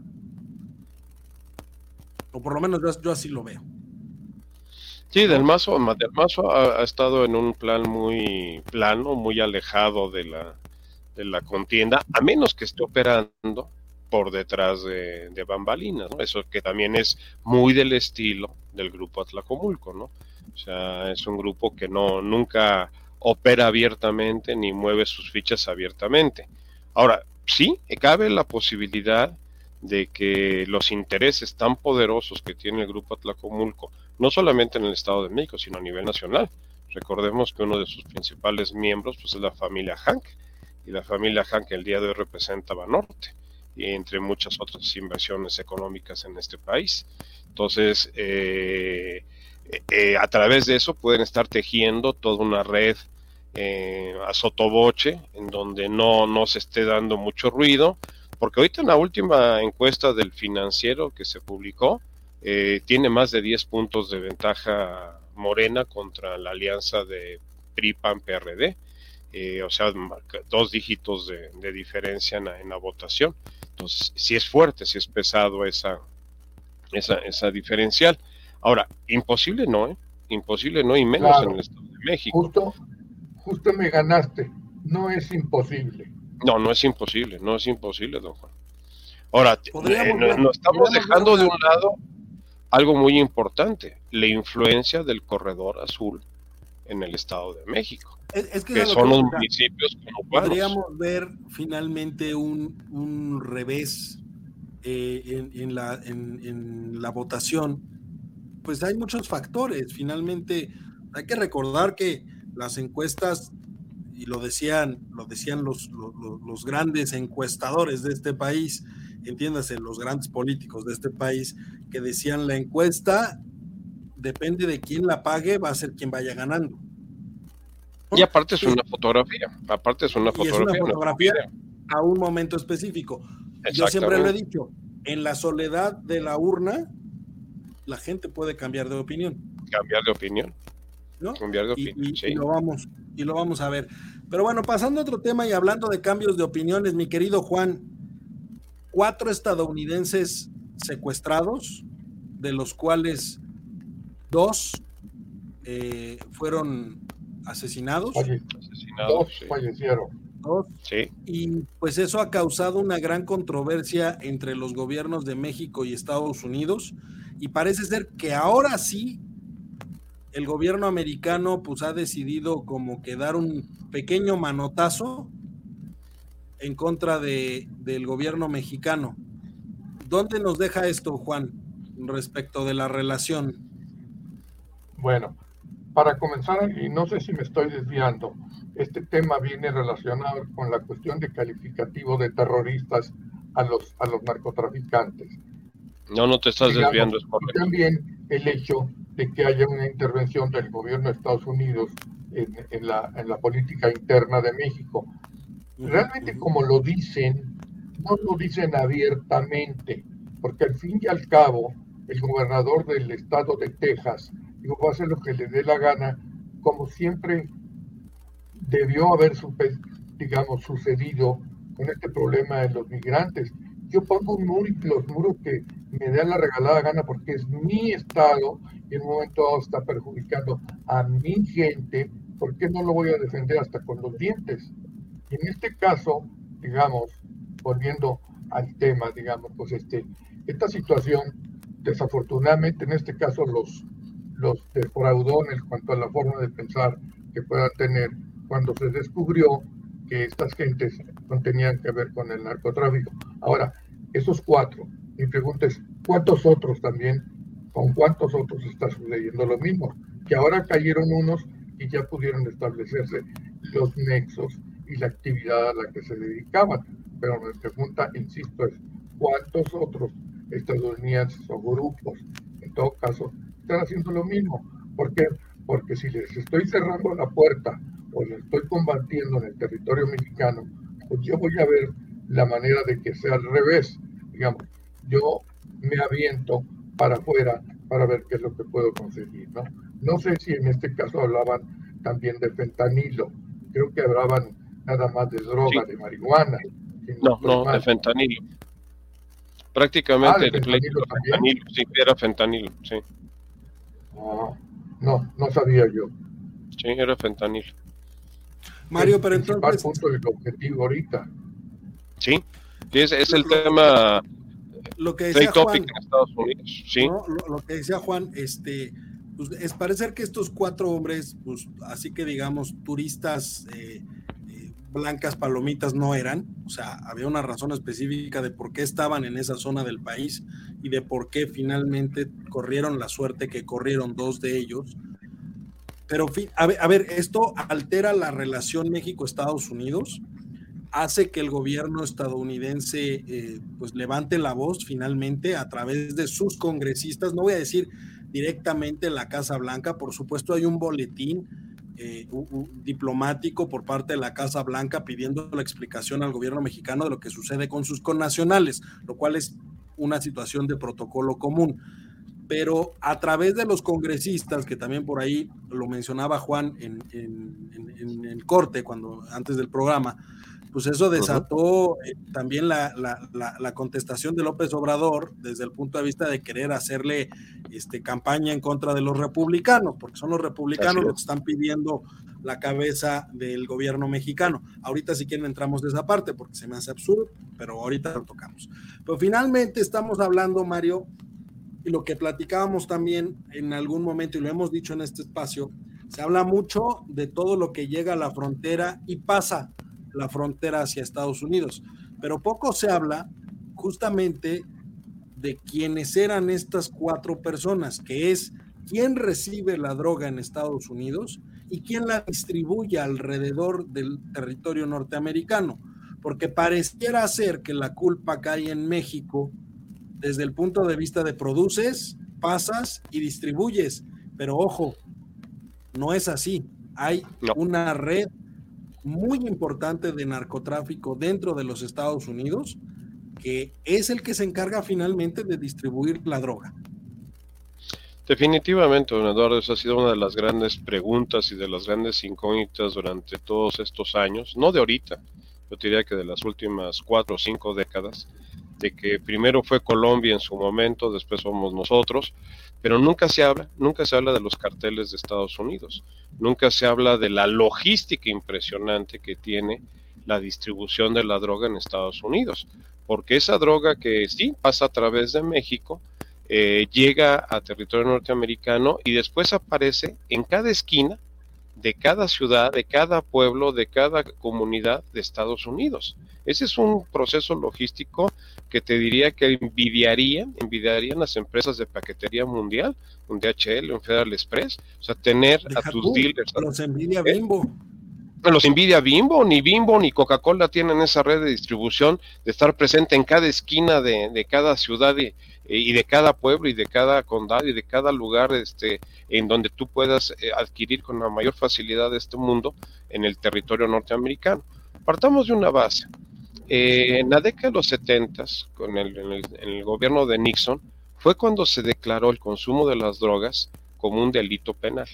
O por lo menos yo, yo así lo veo. Sí, Del Mazo, Del Mazo ha, ha estado en un plan muy plano, muy alejado de la, de la contienda, a menos que esté operando por detrás de, de bambalinas, ¿no? Eso que también es muy del estilo del grupo Atlacomulco, ¿no? O sea, es un grupo que no nunca opera abiertamente ni mueve sus fichas abiertamente. Ahora, sí, cabe la posibilidad de que los intereses tan poderosos que tiene el grupo Atlacomulco, no solamente en el Estado de México, sino a nivel nacional. Recordemos que uno de sus principales miembros pues, es la familia Hank, y la familia Hank el día de hoy representa Banorte, y entre muchas otras inversiones económicas en este país. Entonces, eh, eh, a través de eso pueden estar tejiendo toda una red eh, a sotoboche, en donde no, no se esté dando mucho ruido, porque ahorita en la última encuesta del Financiero que se publicó, eh, tiene más de diez puntos de ventaja Morena contra la alianza de P R I, P A N, P R D, eh, o sea, dos dígitos de, de diferencia en la, en la votación. Entonces, sí es fuerte, sí es pesado esa, esa, esa diferencial. Ahora, imposible no, ¿eh? Imposible no, y menos claro, en el Estado de México. Justo, justo me ganaste, no es imposible. No, no es imposible, no es imposible, don Juan. Ahora, eh, nos, nos estamos dejando de un lado algo muy importante, la influencia del corredor azul en el Estado de México, es, es que, que son los municipios conurbanos. Podríamos ver finalmente un, un revés eh, en, en, la, en, en la votación. Pues hay muchos factores, finalmente hay que recordar que las encuestas, y lo decían, lo decían los, los, los grandes encuestadores de este país, entiéndase, los grandes políticos de este país, que decían la encuesta depende de quién la pague, va a ser quien vaya ganando. ¿No? Y aparte es una fotografía, aparte es una y fotografía. Es una fotografía no a un momento específico. Yo siempre lo he dicho, en la soledad de la urna, la gente puede cambiar de opinión. Cambiar de opinión. ¿No? Cambiar de opinión, y, y, sí. y, lo vamos, y lo vamos a ver. Pero bueno, pasando a otro tema y hablando de cambios de opiniones, mi querido Juan, cuatro estadounidenses secuestrados, de los cuales dos eh, fueron asesinados. Falle, asesinados dos sí. fallecieron. Dos. Sí. Y pues eso ha causado una gran controversia entre los gobiernos de México y Estados Unidos, y parece ser que ahora sí el gobierno americano pues ha decidido como que dar un pequeño manotazo en contra de, del gobierno mexicano. ¿Dónde nos deja esto, Juan, respecto de la relación? Bueno, para comenzar, y no sé si me estoy desviando, este tema viene relacionado con la cuestión de calificativo de terroristas a los, a los narcotraficantes. No, no te estás Digamos, desviando. Es y también el hecho de que haya una intervención del gobierno de Estados Unidos en, en, la, en la política interna de México. Realmente, como lo dicen, no lo dicen abiertamente, porque al fin y al cabo, el gobernador del estado de Texas digo, va a hacer lo que le dé la gana, como siempre debió haber, digamos, sucedido con este problema de los migrantes. Yo pongo un muro y los muros que me dé la regalada gana porque es mi estado y en un momento dado está perjudicando a mi gente. ¿Por qué no lo voy a defender hasta con los dientes? Y en este caso, digamos, volviendo al tema, digamos, pues este, esta situación, desafortunadamente, en este caso los, los defraudó en cuanto a la forma de pensar que puedan tener cuando se descubrió que estas gentes no tenían que ver con el narcotráfico. Ahora, esos cuatro, mi pregunta es, ¿cuántos otros también, con cuántos otros está sucediendo lo mismo? Que ahora cayeron unos y ya pudieron establecerse los nexos y la actividad a la que se dedicaban. Pero mi pregunta, insisto, es, ¿cuántos otros estadounidenses o grupos, en todo caso, están haciendo lo mismo? ¿Por qué? Porque si les estoy cerrando la puerta o les estoy combatiendo en el territorio mexicano, pues yo voy a ver la manera de que sea al revés. Digamos, yo me aviento para afuera para ver qué es lo que puedo conseguir, ¿no? No sé si en este caso hablaban también de fentanilo, creo que hablaban nada más de droga, sí. de marihuana. No, no, no de fentanilo. Prácticamente ah, el fentanilo, fentanilo, sí, era fentanilo, sí. Ah, no, no sabía yo. Sí, era fentanilo. Mario, pero el entonces... El punto del objetivo ahorita. Sí, es, es el lo, tema lo que decía Juan, topic en Estados Unidos, sí. ¿no? Lo, lo que decía Juan, este, pues, es parecer que estos cuatro hombres, pues así que digamos, turistas eh, eh, blancas palomitas no eran, o sea, había una razón específica de por qué estaban en esa zona del país y de por qué finalmente corrieron la suerte que corrieron dos de ellos. Pero, a ver, a ver, esto altera la relación México-Estados Unidos, hace que el gobierno estadounidense eh, pues levante la voz finalmente a través de sus congresistas, no voy a decir directamente la Casa Blanca, por supuesto hay un boletín eh, un, un diplomático por parte de la Casa Blanca pidiendo la explicación al gobierno mexicano de lo que sucede con sus connacionales, lo cual es una situación de protocolo común. Pero a través de los congresistas, que también por ahí lo mencionaba Juan en, en, en, en el corte, cuando, antes del programa, pues eso desató uh-huh. eh, también la, la, la, la contestación de López Obrador desde el punto de vista de querer hacerle este, campaña en contra de los republicanos, porque son los republicanos los que están pidiendo la cabeza del gobierno mexicano. Ahorita si quieren entramos de esa parte porque se me hace absurdo, pero ahorita lo tocamos. Pero finalmente estamos hablando, Mario, y lo que platicábamos también en algún momento, y lo hemos dicho en este espacio, se habla mucho de todo lo que llega a la frontera y pasa la frontera hacia Estados Unidos, pero poco se habla justamente de quiénes eran estas cuatro personas, que es quién recibe la droga en Estados Unidos y quién la distribuye alrededor del territorio norteamericano, porque pareciera ser que la culpa cae en México desde el punto de vista de produces, pasas y distribuyes, pero ojo, no es así. Hay no. una red muy importante de narcotráfico dentro de los Estados Unidos que es el que se encarga finalmente de distribuir la droga. Definitivamente, don Eduardo, esa ha sido una de las grandes preguntas y de las grandes incógnitas durante todos estos años, no de ahorita, yo diría que de las últimas cuatro o cinco décadas, de que primero fue Colombia en su momento, después somos nosotros, pero nunca se habla, nunca se habla de los carteles de Estados Unidos, nunca se habla de la logística impresionante que tiene la distribución de la droga en Estados Unidos, porque esa droga que sí pasa a través de México, eh, llega a territorio norteamericano y después aparece en cada esquina de cada ciudad, de cada pueblo, de cada comunidad de Estados Unidos. Ese es un proceso logístico que te diría que envidiarían, envidiarían las empresas de paquetería mundial, un D H L, un Federal Express, o sea, tener Deja a tus tú, dealers. Los envidia Bimbo. Eh, los envidia Bimbo, ni Bimbo ni Coca-Cola tienen esa red de distribución de estar presente en cada esquina de, de cada ciudad y, y de cada pueblo y de cada condado y de cada lugar este, en donde tú puedas eh, adquirir con la mayor facilidad este mundo en el territorio norteamericano. Partamos de una base. Eh, en la década de los setentas, con el, en, el, en el gobierno de Nixon, fue cuando se declaró el consumo de las drogas como un delito penal.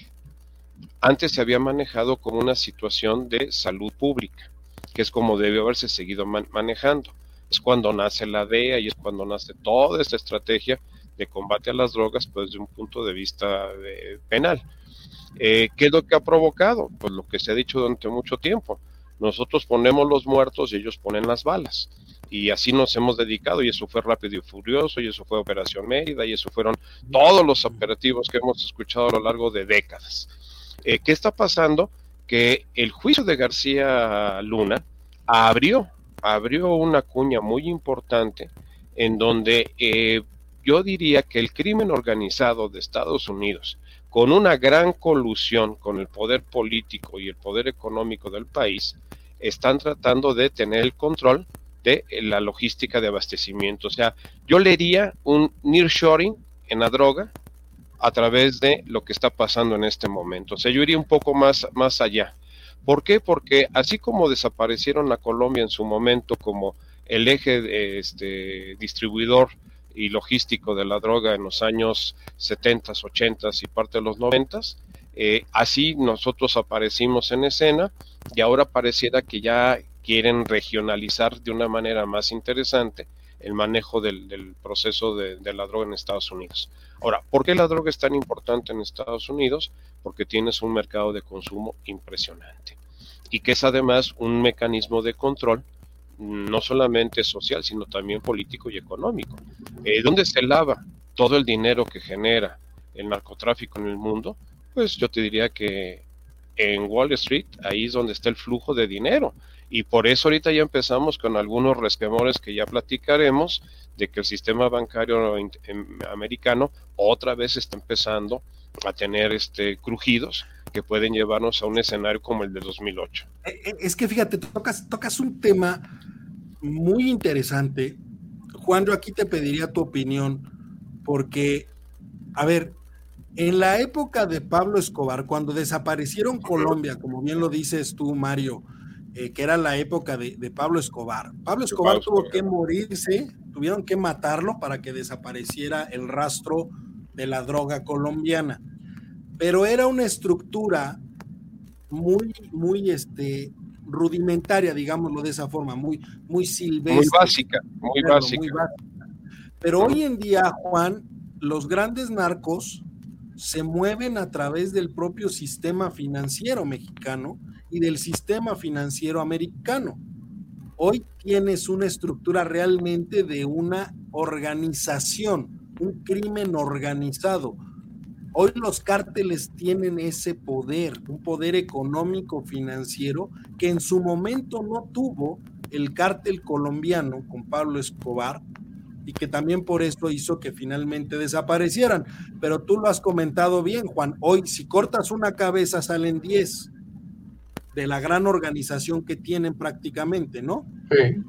Antes se había manejado como una situación de salud pública, que es como debió haberse seguido man manejando. Es cuando nace la D E A y es cuando nace toda esta estrategia de combate a las drogas, pues desde un punto de vista de, penal. Eh, ¿Qué es lo que ha provocado? Pues lo que se ha dicho durante mucho tiempo. Nosotros ponemos los muertos y ellos ponen las balas. Y así nos hemos dedicado, y eso fue Rápido y Furioso, y eso fue Operación Mérida, y eso fueron todos los operativos que hemos escuchado a lo largo de décadas. Eh, ¿Qué está pasando? Que el juicio de García Luna abrió, abrió una cuña muy importante en donde eh, yo diría que el crimen organizado de Estados Unidos, con una gran colusión con el poder político y el poder económico del país, están tratando de tener el control de la logística de abastecimiento. O sea, yo leería un nearshoring en la droga a través de lo que está pasando en este momento. O sea, yo iría un poco más, más allá. ¿Por qué? Porque así como desaparecieron a Colombia en su momento como el eje este, distribuidor y logístico de la droga en los años setentas, ochentas y parte de los noventas, eh, así nosotros aparecimos en escena y ahora pareciera que ya quieren regionalizar de una manera más interesante el manejo del, del proceso de, de la droga en Estados Unidos. Ahora, ¿por qué la droga es tan importante en Estados Unidos? Porque tienes un mercado de consumo impresionante y que es además un mecanismo de control no solamente social, sino también político y económico. Eh, ¿Dónde se lava todo el dinero que genera el narcotráfico en el mundo? Pues yo te diría que en Wall Street, ahí es donde está el flujo de dinero. Y por eso ahorita ya empezamos con algunos resquemores que ya platicaremos de que el sistema bancario americano otra vez está empezando a tener este crujidos que pueden llevarnos a un escenario como el de dos mil ocho. Es que fíjate, tocas, tocas un tema muy interesante. Juan, yo aquí te pediría tu opinión, porque, a ver, en la época de Pablo Escobar, cuando desaparecieron Colombia, como bien lo dices tú, Mario, eh, que era la época de, de Pablo Escobar. Pablo Escobar Pablo tuvo Escobar. que morirse, tuvieron que matarlo para que desapareciera el rastro de la droga colombiana. Pero era una estructura muy, muy, este, rudimentaria, digámoslo de esa forma, muy, muy silvestre. Muy básica, muy básica. Muy básica. Pero hoy en día, Juan, los grandes narcos se mueven a través del propio sistema financiero mexicano y del sistema financiero americano. Hoy tienes una estructura realmente de una organización, un crimen organizado. Hoy los cárteles tienen ese poder, un poder económico financiero que en su momento no tuvo el cártel colombiano con Pablo Escobar, y que también por eso hizo que finalmente desaparecieran. Pero tú lo has comentado bien, Juan. Hoy, si cortas una cabeza, salen diez de la gran organización que tienen prácticamente, ¿no? Sí.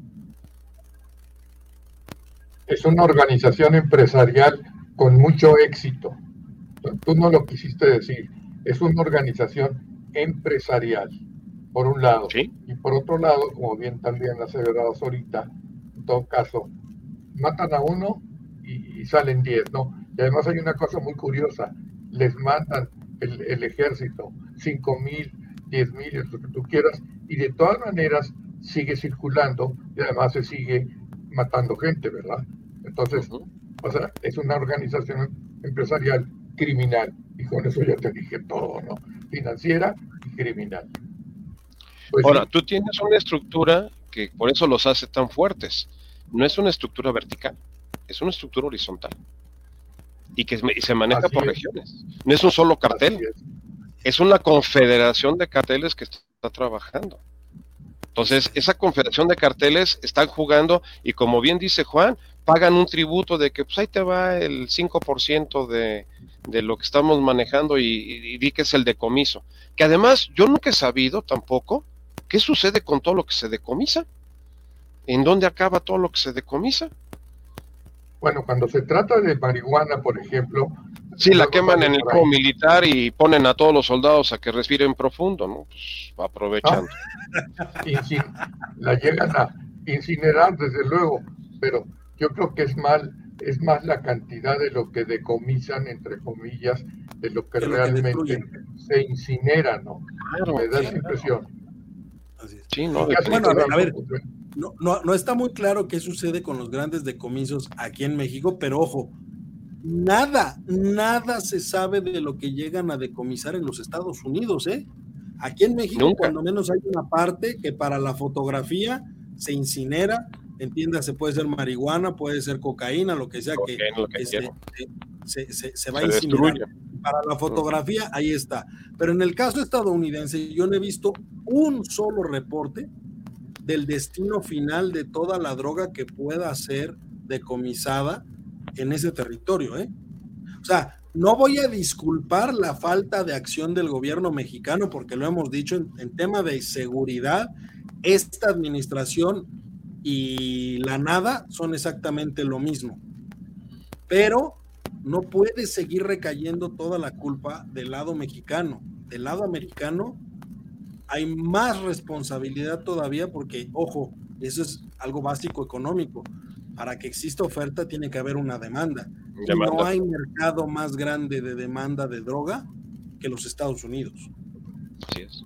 Es una organización empresarial con mucho éxito. Tú no lo quisiste decir. Es una organización empresarial, por un lado. ¿Sí? Y por otro lado, como bien también aseverabas ahorita, en todo caso, matan a uno y, y salen diez, ¿no? Y además hay una cosa muy curiosa, les mandan el, el ejército, cinco mil, diez mil, lo que tú quieras, y de todas maneras sigue circulando y además se sigue matando gente, ¿verdad? Entonces, uh-huh. o sea, es una organización empresarial criminal, y con eso ya te dije todo, ¿no? Financiera y criminal. Pues, Ahora, sí. Tú tienes una estructura que por eso los hace tan fuertes. No es una estructura vertical, es una estructura horizontal y que se maneja Así por es. regiones. No es un solo cartel, es. es una confederación de carteles que está trabajando. Entonces, esa confederación de carteles están jugando y, como bien dice Juan, pagan un tributo de que pues ahí te va el cinco por ciento de, de lo que estamos manejando y, y, y di que es el decomiso. Que además yo nunca he sabido tampoco qué sucede con todo lo que se decomisa. ¿En dónde acaba todo lo que se decomisa? Bueno, cuando se trata de marihuana, por ejemplo... Sí, la queman en el campo militar y ponen a todos los soldados a que respiren profundo, ¿no? Pues aprovechando. Ah, incin- la llegan a incinerar, desde luego, pero yo creo que es mal, es más la cantidad de lo que decomisan, entre comillas, de lo que de lo realmente que se incinera, ¿no? Claro, Me da sí, esa impresión. Así es. Sí, no, bueno, a ver, a ver. No, no, no está muy claro qué sucede con los grandes decomisos aquí en México, pero ojo, nada, nada se sabe de lo que llegan a decomisar en los Estados Unidos, ¿eh? Aquí en México, Nunca. cuando menos hay una parte que para la fotografía se incinera, entiéndase, puede ser marihuana, puede ser cocaína, lo que sea, okay, que, lo que, que se, se, se, se va se a incinerar. Destruye. Para la fotografía, ahí está. Pero en el caso estadounidense, yo no he visto un solo reporte del destino final de toda la droga que pueda ser decomisada en ese territorio, ¿eh? O sea, no voy a disculpar la falta de acción del gobierno mexicano, porque lo hemos dicho en, en tema de seguridad, esta administración y la nada son exactamente lo mismo. Pero no puede seguir recayendo toda la culpa del lado mexicano. Del lado americano hay más responsabilidad todavía porque, ojo, eso es algo básico económico. Para que exista oferta tiene que haber una demanda. demanda. Y no hay mercado más grande de demanda de droga que los Estados Unidos. Así es.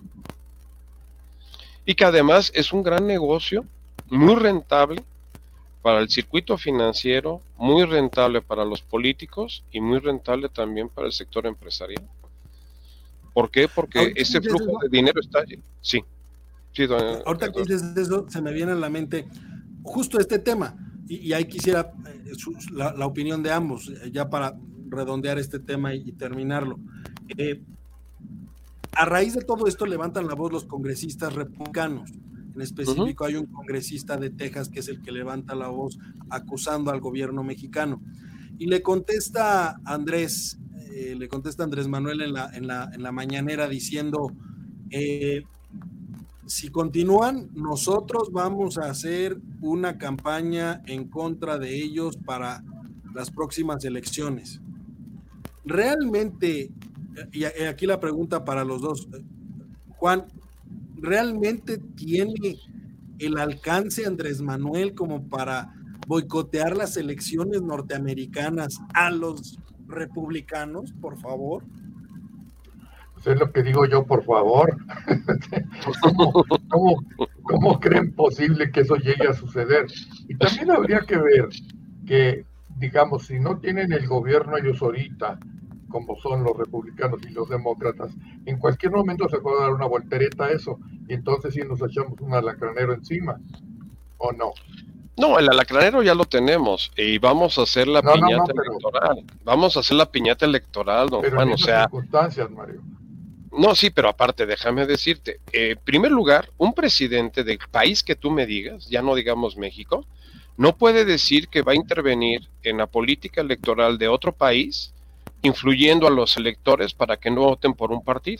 Y que además es un gran negocio, muy rentable para el circuito financiero, muy rentable para los políticos y muy rentable también para el sector empresarial. ¿Por qué? Porque ahorita ese flujo eso, de dinero está allí. Sí. sí don, ahorita que dices eso, se me viene a la mente justo este tema, y, y ahí quisiera eh, su, la, la opinión de ambos, eh, ya para redondear este tema y, y terminarlo. Eh, a raíz de todo esto levantan la voz los congresistas republicanos. En específico uh-huh. hay un congresista de Texas que es el que levanta la voz acusando al gobierno mexicano. Y le contesta Andrés, eh, le contesta Andrés Manuel en la, en la, en la mañanera diciendo, eh, si continúan, nosotros vamos a hacer una campaña en contra de ellos para las próximas elecciones. Realmente, y aquí la pregunta para los dos, Juan, ¿realmente tiene el alcance Andrés Manuel como para boicotear las elecciones norteamericanas a los republicanos, por favor? es lo que digo yo, por favor. ¿Cómo, cómo, ¿Cómo creen posible que eso llegue a suceder? Y también habría que ver que, digamos, si no tienen el gobierno ellos ahorita, como son los republicanos y los demócratas, en cualquier momento se puede dar una voltereta a eso, y entonces sí nos echamos un alacranero encima, ¿o no? No, el alacranero ya lo tenemos, y vamos a hacer la no, piñata no, no, pero, electoral. Vamos a hacer la piñata electoral, don pero Juan, en o sea... circunstancias, Mario. No, sí, pero aparte, déjame decirte, eh, en primer lugar, un presidente del país que tú me digas, ya no digamos México, no puede decir que va a intervenir en la política electoral de otro país, influyendo a los electores para que no voten por un partido.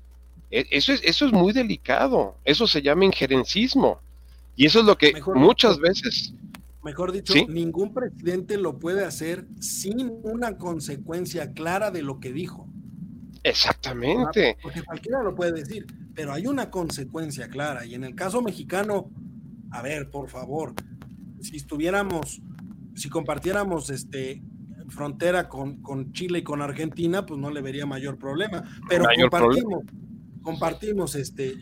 Eso es, eso es muy delicado, eso se llama injerencismo, y eso es lo que mejor, muchas veces... Mejor dicho, ¿sí? Ningún presidente lo puede hacer sin una consecuencia clara de lo que dijo. Exactamente. Porque cualquiera lo puede decir, pero hay una consecuencia clara, y en el caso mexicano, a ver, por favor, si estuviéramos, si compartiéramos este frontera con, con Chile y con Argentina, pues no le vería mayor problema, pero mayor compartimos, problema. compartimos este.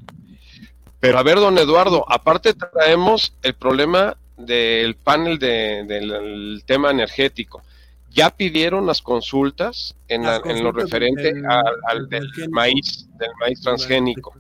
Pero a ver, don Eduardo, aparte traemos el problema del panel de, del tema energético. Ya pidieron las consultas en, las la, consultas en lo referente del, al, al del, del maíz, del maíz transgénico.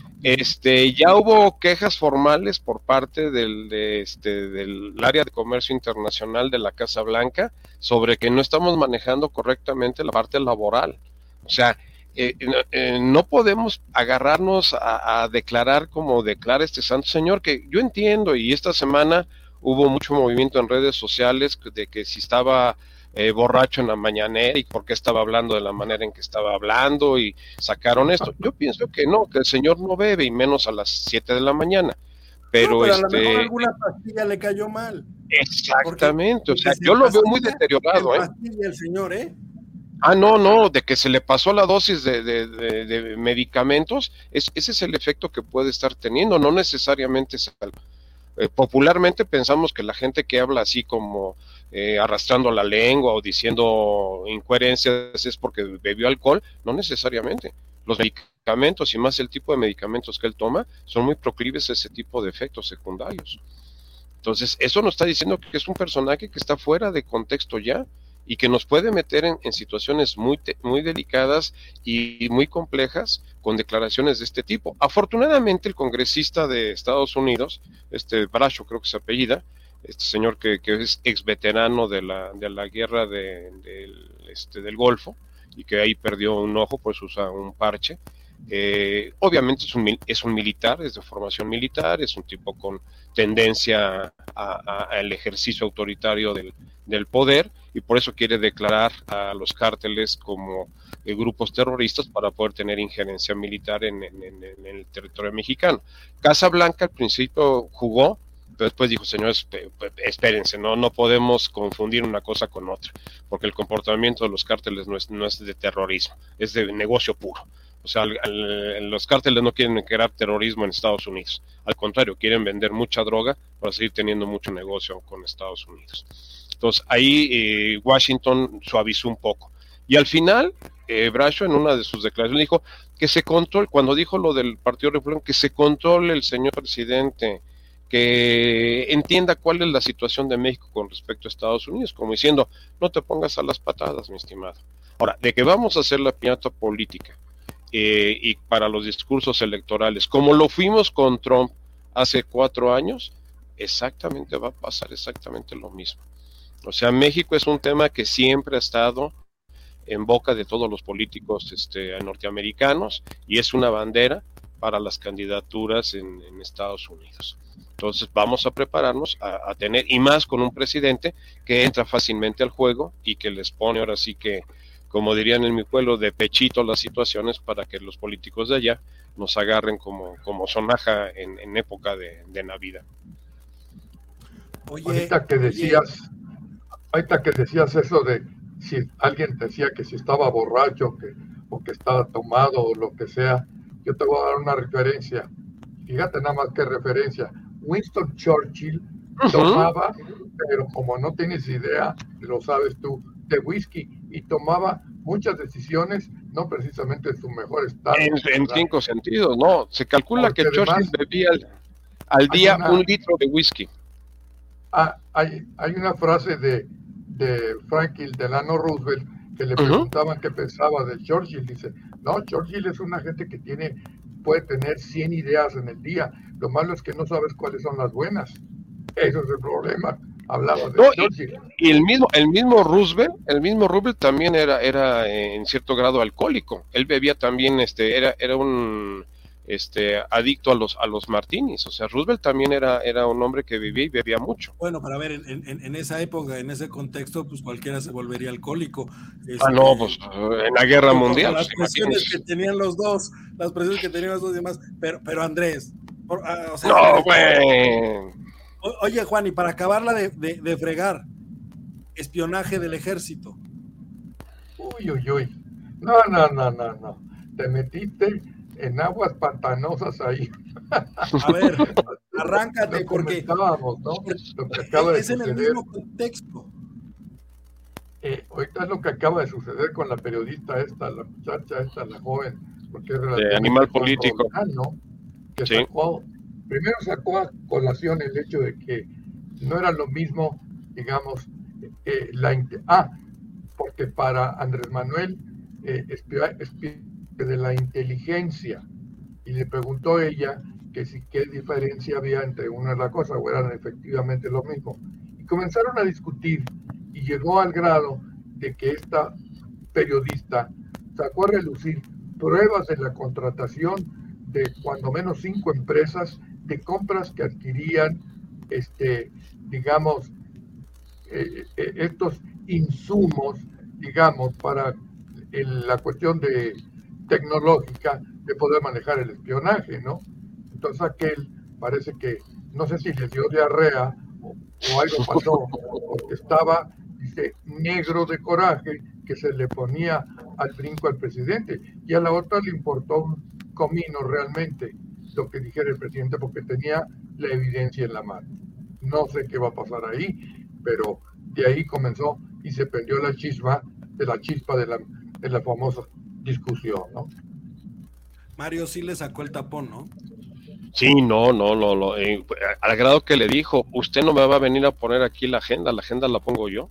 Este, ya hubo quejas formales por parte del, de este, del área de comercio internacional de la Casa Blanca sobre que no estamos manejando correctamente la parte laboral. O sea, eh, eh, no podemos agarrarnos a, a declarar como declara este santo señor, que yo entiendo, y esta semana hubo mucho movimiento en redes sociales de que si estaba eh, borracho en la mañanera y por qué estaba hablando de la manera en que estaba hablando y sacaron esto. Yo pienso que no, que el señor no bebe y menos a las siete de la mañana. Pero, no, pero este, a lo mejor alguna pastilla le cayó mal. Exactamente, o sea, yo lo veo muy deteriorado, ¿eh? El señor, ¿eh? Ah, no, no, de que se le pasó la dosis de, de, de, de medicamentos, es, ese es el efecto que puede estar teniendo, no necesariamente es algo. Eh, popularmente pensamos que la gente que habla así como eh, arrastrando la lengua o diciendo incoherencias es porque bebió alcohol, no necesariamente. Los medicamentos y más el tipo de medicamentos que él toma son muy proclives a ese tipo de efectos secundarios. Entonces, eso nos está diciendo que es un personaje que está fuera de contexto ya y que nos puede meter en, en situaciones muy, te, muy delicadas y muy complejas con declaraciones de este tipo. Afortunadamente, el congresista de Estados Unidos, este Bracho creo que se apellida, este señor que, que es ex veterano de la, de la guerra de, de, este, del Golfo, y que ahí perdió un ojo, pues usa un parche. Eh, obviamente es un, es un militar, es de formación militar, es un tipo con tendencia al ejercicio autoritario del, del poder, y por eso quiere declarar a los cárteles como eh, grupos terroristas para poder tener injerencia militar en, en, en, en el territorio mexicano. Casa Blanca al principio jugó, pero después dijo, señores, espérense, no, no podemos confundir una cosa con otra, porque el comportamiento de los cárteles no es, no es de terrorismo, es de negocio puro. O sea, al, al, los cárteles no quieren crear terrorismo en Estados Unidos, al contrario, quieren vender mucha droga para seguir teniendo mucho negocio con Estados Unidos. Entonces, ahí eh, Washington suavizó un poco. Y al final, eh, Bracho en una de sus declaraciones dijo que se controle, cuando dijo lo del Partido Republicano, que se controle el señor presidente, que entienda cuál es la situación de México con respecto a Estados Unidos, como diciendo, no te pongas a las patadas, mi estimado. Ahora, de que vamos a hacer la piñata política eh, y para los discursos electorales, como lo fuimos con Trump hace cuatro años, exactamente va a pasar exactamente lo mismo. O sea, México es un tema que siempre ha estado en boca de todos los políticos este, norteamericanos y es una bandera para las candidaturas en, en Estados Unidos. Entonces vamos a prepararnos a, a tener, y más con un presidente que entra fácilmente al juego y que les pone ahora sí que, como dirían en mi pueblo, de pechito las situaciones para que los políticos de allá nos agarren como, como sonaja en, en época de, de Navidad. Oye, ahorita que decías, ahorita que decías eso de si alguien decía que si estaba borracho que, o que estaba tomado o lo que sea, yo te voy a dar una referencia. Fíjate nada más que referencia. Winston Churchill uh-huh. tomaba, pero como no tienes idea, lo sabes tú, de whisky, y tomaba muchas decisiones, no precisamente en su mejor estado. En, en cinco sentidos, ¿no? Se calcula Porque que Churchill bebía al, al día una, un litro de whisky. Ah, hay, hay una frase de, de Franklin Delano Roosevelt que le preguntaban uh-huh. qué pensaba de Churchill. Dice, no, Churchill es una gente que tiene, puede tener cien ideas en el día. Lo malo es que no sabes cuáles son las buenas. Eso es el problema. Hablaba de no, Churchill. Y, y el mismo, el mismo Roosevelt, el mismo Roosevelt también era, era en cierto grado alcohólico. Él bebía también, este, era, era un este adicto a los a los martinis. O sea, Roosevelt también era, era un hombre que vivía y bebía mucho. Bueno, para ver, en, en, en esa época, en ese contexto, pues cualquiera se volvería alcohólico. Este, ah, no, pues en la guerra mundial. Las pues, presiones que tenían los dos, las presiones que tenían los dos y demás. Pero, pero Andrés, por, uh, o sea, no, güey. Oye, Juan, y para acabarla de, de, de fregar, espionaje del ejército. Uy, uy, uy. No, no, no, no, no. Te metiste en aguas pantanosas ahí. A ver, arráncate, lo porque ¿no? Lo que acaba es de en suceder, el mismo contexto. Eh, ahorita es lo que acaba de suceder con la periodista esta, la muchacha esta, la joven, porque es de Animal Político, ¿no? Que sí. sacó, primero sacó a colación el hecho de que no era lo mismo, digamos, eh, la ah, porque para Andrés Manuel eh, espía, espía de la inteligencia, y le preguntó ella que si qué diferencia había entre una y la cosa, o eran efectivamente lo mismo, y comenzaron a discutir, y llegó al grado de que esta periodista sacó a relucir pruebas de la contratación de cuando menos cinco empresas de compras que adquirían, este, digamos, eh, eh, estos insumos, digamos, para el, la cuestión de tecnológica de poder manejar el espionaje, ¿no? Entonces aquel parece que, no sé si les dio diarrea o, o algo pasó, porque estaba, dice, negro de coraje, que se le ponía al brinco al presidente, y a la otra le importó un comino realmente lo que dijera el presidente, porque tenía la evidencia en la mano. No sé qué va a pasar ahí, pero de ahí comenzó y se prendió la chispa de la chispa de la, de la famosa discusión, ¿no? Mario sí le sacó el tapón, ¿no? Sí, no, no, no, no eh, al grado que le dijo, usted no me va a venir a poner aquí la agenda, la agenda la pongo yo.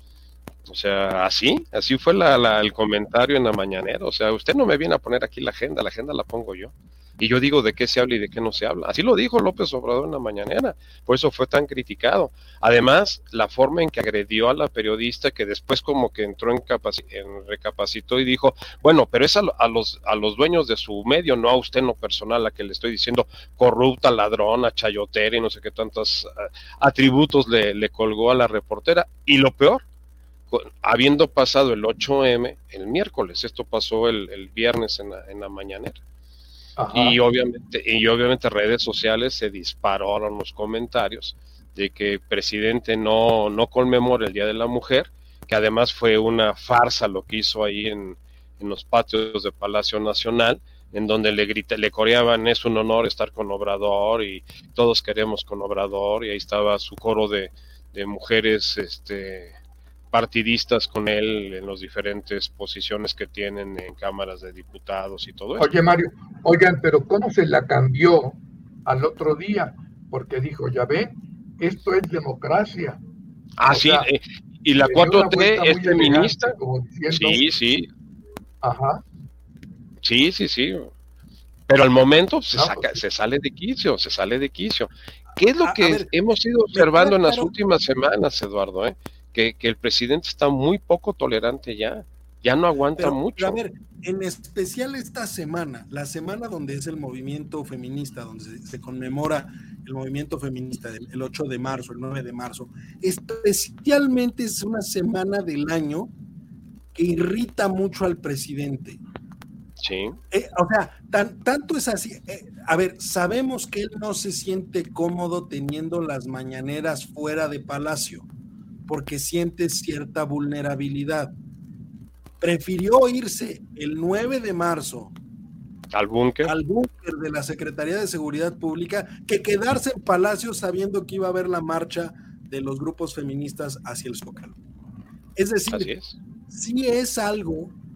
O sea, así, así fue la, la, el comentario en la mañanera. O sea, usted no me viene a poner aquí la agenda, la agenda la pongo yo. Y yo digo de qué se habla y de qué no se habla. Así lo dijo López Obrador en la mañanera, por eso fue tan criticado. Además, la forma en que agredió a la periodista, que después como que entró en, capaci- en recapacitó y dijo, bueno, pero es a, a, los, a los dueños de su medio, no a usted en lo personal, a que le estoy diciendo corrupta, ladrona, chayotera y no sé qué tantos uh, atributos le, le colgó a la reportera. Y lo peor, habiendo pasado el ocho eme el miércoles, esto pasó el, el viernes en la, en la mañanera. Ajá. Y obviamente, y obviamente redes sociales se dispararon los comentarios de que el presidente no, no conmemora el Día de la Mujer, que además fue una farsa lo que hizo ahí en, en los patios de Palacio Nacional, en donde le grita, le coreaban, es un honor estar con Obrador y todos queremos con Obrador, y ahí estaba su coro de, de mujeres este partidistas con él en las diferentes posiciones que tienen en cámaras de diputados y todo eso. Oye, Mario, oigan, pero ¿cómo se la cambió al otro día? Porque dijo, ya ven, esto es democracia. Ah, o sí, sea, eh, y la cuatro T es feminista. Sí, sí. Ajá. Sí, sí, sí. Pero al momento se, no, saca, pues, se sale de quicio, se sale de quicio. ¿Qué es lo a, que a ver, hemos ido observando en las claro. últimas semanas, Eduardo? ¿eh? Que, que el presidente está muy poco tolerante ya, ya no aguanta pero, mucho. Pero a ver, en especial esta semana, la semana donde es el movimiento feminista, donde se, se conmemora el movimiento feminista, el ocho de marzo, el nueve de marzo, especialmente es una semana del año que irrita mucho al presidente. Sí. Eh, o sea, tan, tanto es así. Eh, a ver, sabemos que él no se siente cómodo teniendo las mañaneras fuera de Palacio, porque siente cierta vulnerabilidad. Prefirió irse el nueve de marzo al búnker al búnker de la Secretaría de Seguridad Pública que quedarse en Palacio sabiendo que iba a haber la marcha de los grupos feministas hacia el Zócalo. Es decir, Así es. sí es algo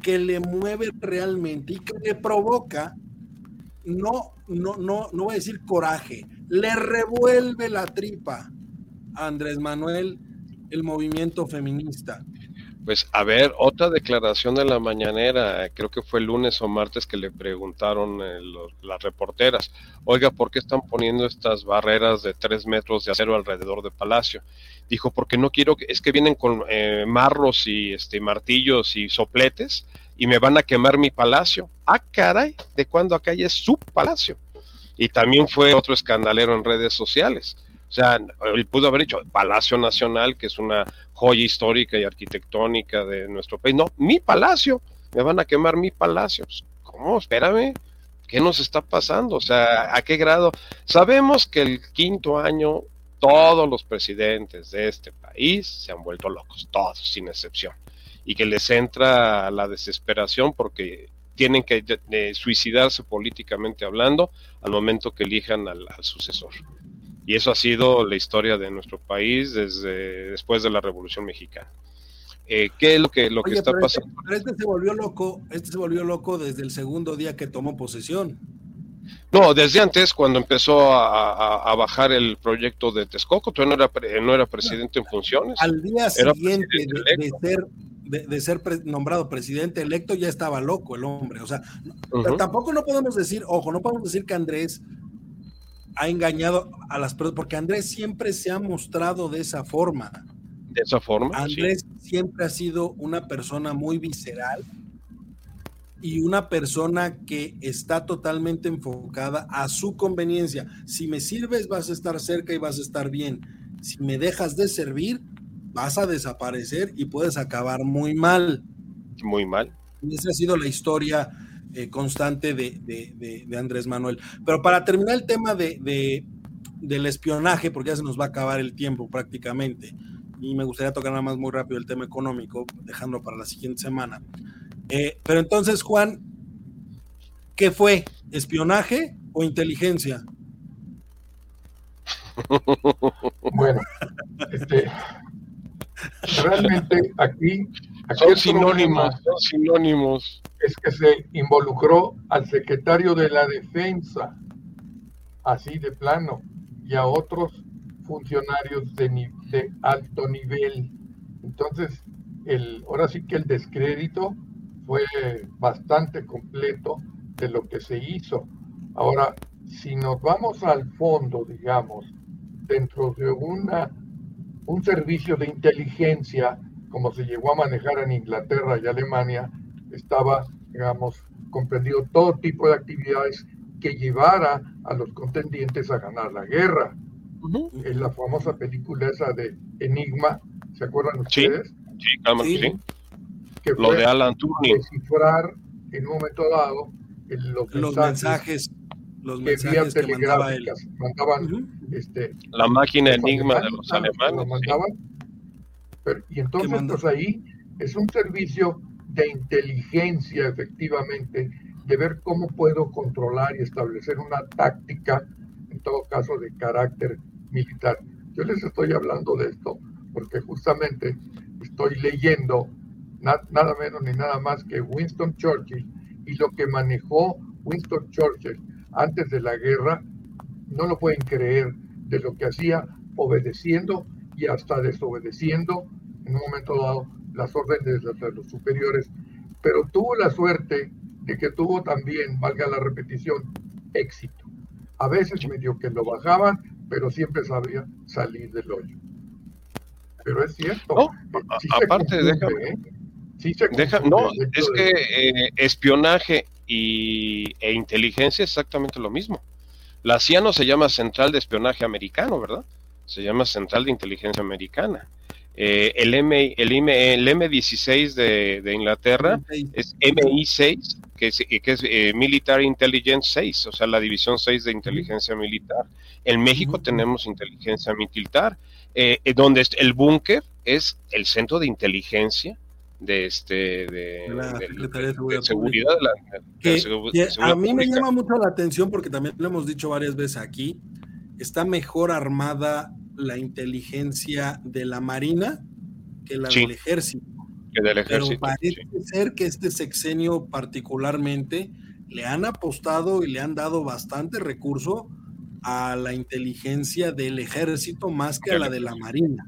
que le mueve realmente y que le provoca, no, no, no, no voy a decir coraje, le revuelve la tripa a Andrés Manuel el movimiento feminista. Pues a ver, otra declaración de la mañanera, creo que fue el lunes o martes que le preguntaron eh, los, las reporteras, oiga, ¿por qué están poniendo estas barreras de tres metros de acero alrededor de Palacio? Dijo, porque no quiero, que, es que vienen con eh, marros y este, martillos y sopletes y me van a quemar mi palacio. Ah, caray, ¿de cuándo acá ya es su palacio? Y también fue otro escandalero en redes sociales. O sea, él pudo haber dicho Palacio Nacional, que es una joya histórica y arquitectónica de nuestro país. No, mi palacio, me van a quemar mi palacio. Pues, ¿cómo? Espérame, ¿qué nos está pasando? O sea, ¿a qué grado? Sabemos que el quinto año todos los presidentes de este país se han vuelto locos, todos, sin excepción. Y que les entra la desesperación porque tienen que de, de suicidarse políticamente hablando al momento que elijan al, al sucesor. Y eso ha sido la historia de nuestro país desde después de la Revolución Mexicana. Eh, ¿Qué es lo que, lo Oye, que está pero pasando? Este, pero este se volvió loco, este se volvió loco desde el segundo día que tomó posesión. No, desde antes, cuando empezó a, a, a bajar el proyecto de Texcoco, todavía no era, no era presidente en funciones. Al día siguiente de, de ser de, de ser pre, nombrado presidente electo, ya estaba loco el hombre. O sea, uh-huh. tampoco no podemos decir, ojo, no podemos decir que Andrés ha engañado a las personas, porque Andrés siempre se ha mostrado de esa forma. De esa forma, Andrés sí. siempre ha sido una persona muy visceral y una persona que está totalmente enfocada a su conveniencia. Si me sirves, vas a estar cerca y vas a estar bien. Si me dejas de servir, vas a desaparecer y puedes acabar muy mal. Muy mal. Y esa ha sido la historia Eh, constante de, de, de, de Andrés Manuel. Pero para terminar el tema de, de, del espionaje, porque ya se nos va a acabar el tiempo prácticamente, y me gustaría tocar nada más muy rápido el tema económico, dejándolo para la siguiente semana. Eh, pero entonces, Juan, ¿qué fue? ¿Espionaje o inteligencia? Bueno, este, realmente aquí, aquí son sinónimos, son sinónimos. Es que se involucró al secretario de la Defensa, así de plano, y a otros funcionarios de, ni, de alto nivel. Entonces, el, ahora sí que el descrédito fue bastante completo de lo que se hizo. Ahora, si nos vamos al fondo, digamos, dentro de una, un servicio de inteligencia, como se llegó a manejar en Inglaterra y Alemania, estaba, digamos, comprendido todo tipo de actividades que llevara a los contendientes a ganar la guerra. Uh-huh. En la famosa película esa de Enigma, ¿se acuerdan ustedes? Sí, sí, claro, sí. sí. Que lo fue de Alan Turing. Descifrar en un momento dado el, los, los mensajes, los que mensajes que mandaba él. Mandaban, uh-huh. este, la máquina Enigma de los alemanes. Mandaban, sí. Pero, y entonces, pues ahí es un servicio de inteligencia, efectivamente, de ver cómo puedo controlar y establecer una táctica, en todo caso de carácter militar. Yo les estoy hablando de esto porque justamente estoy leyendo na nada menos ni nada más que Winston Churchill, y lo que manejó Winston Churchill antes de la guerra, no lo pueden creer, de lo que hacía obedeciendo y hasta desobedeciendo en un momento dado las órdenes de los superiores, pero tuvo la suerte de que tuvo también, valga la repetición, éxito. A veces medio que lo bajaban, pero siempre sabía salir del hoyo. Pero es cierto. No, sí aparte, cumple, déjame, ¿eh? sí se deja, no, es que eh, espionaje y, e inteligencia es exactamente lo mismo. La C I A no se llama Central de Espionaje Americano, ¿verdad? Se llama Central de Inteligencia Americana. Eh, el, M, el, M, el M dieciséis de, de Inglaterra es M I seis, que es, que es eh, Military Intelligence seis, o sea, la división seis de inteligencia militar. En México uh-huh. tenemos inteligencia militar, eh, donde el búnker es el centro de inteligencia de este de, la de, Secretaría de Seguridad, de seguridad, de la, de que, la segu, que de seguridad a mí pública. Me llama mucho la atención porque también lo hemos dicho varias veces aquí, está mejor armada la inteligencia de la Marina que la sí. del Ejército. que del ejército. Pero parece sí. ser que este sexenio particularmente le han apostado y le han dado bastante recurso a la inteligencia del ejército más que a la de la marina.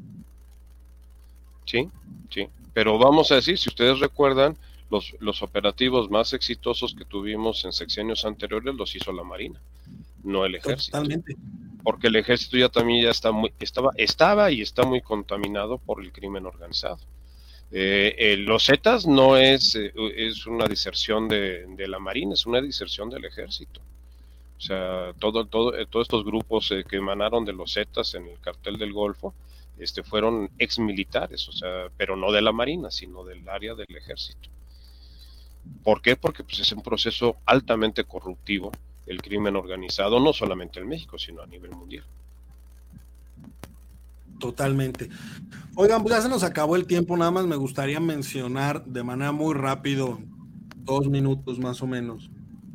Sí, sí, pero vamos a decir, si ustedes recuerdan, los, los operativos más exitosos que tuvimos en sexenios anteriores los hizo la marina, no el ejército. Totalmente. Porque el ejército ya también ya está muy, estaba, estaba y está muy contaminado por el crimen organizado. Eh, eh, los Zetas no es, eh, es una diserción de, de la marina, es una diserción del ejército. O sea, todo, todo, eh, todos estos grupos eh, que emanaron de los Zetas en el cartel del Golfo, este, fueron ex militares, o sea, pero no de la marina, sino del área del ejército. ¿Por qué? Porque pues, es un proceso altamente corruptivo, el crimen organizado, no solamente en México, sino a nivel mundial. Totalmente. Oigan, pues ya se nos acabó el tiempo, nada más me gustaría mencionar de manera muy rápido, dos minutos más o menos,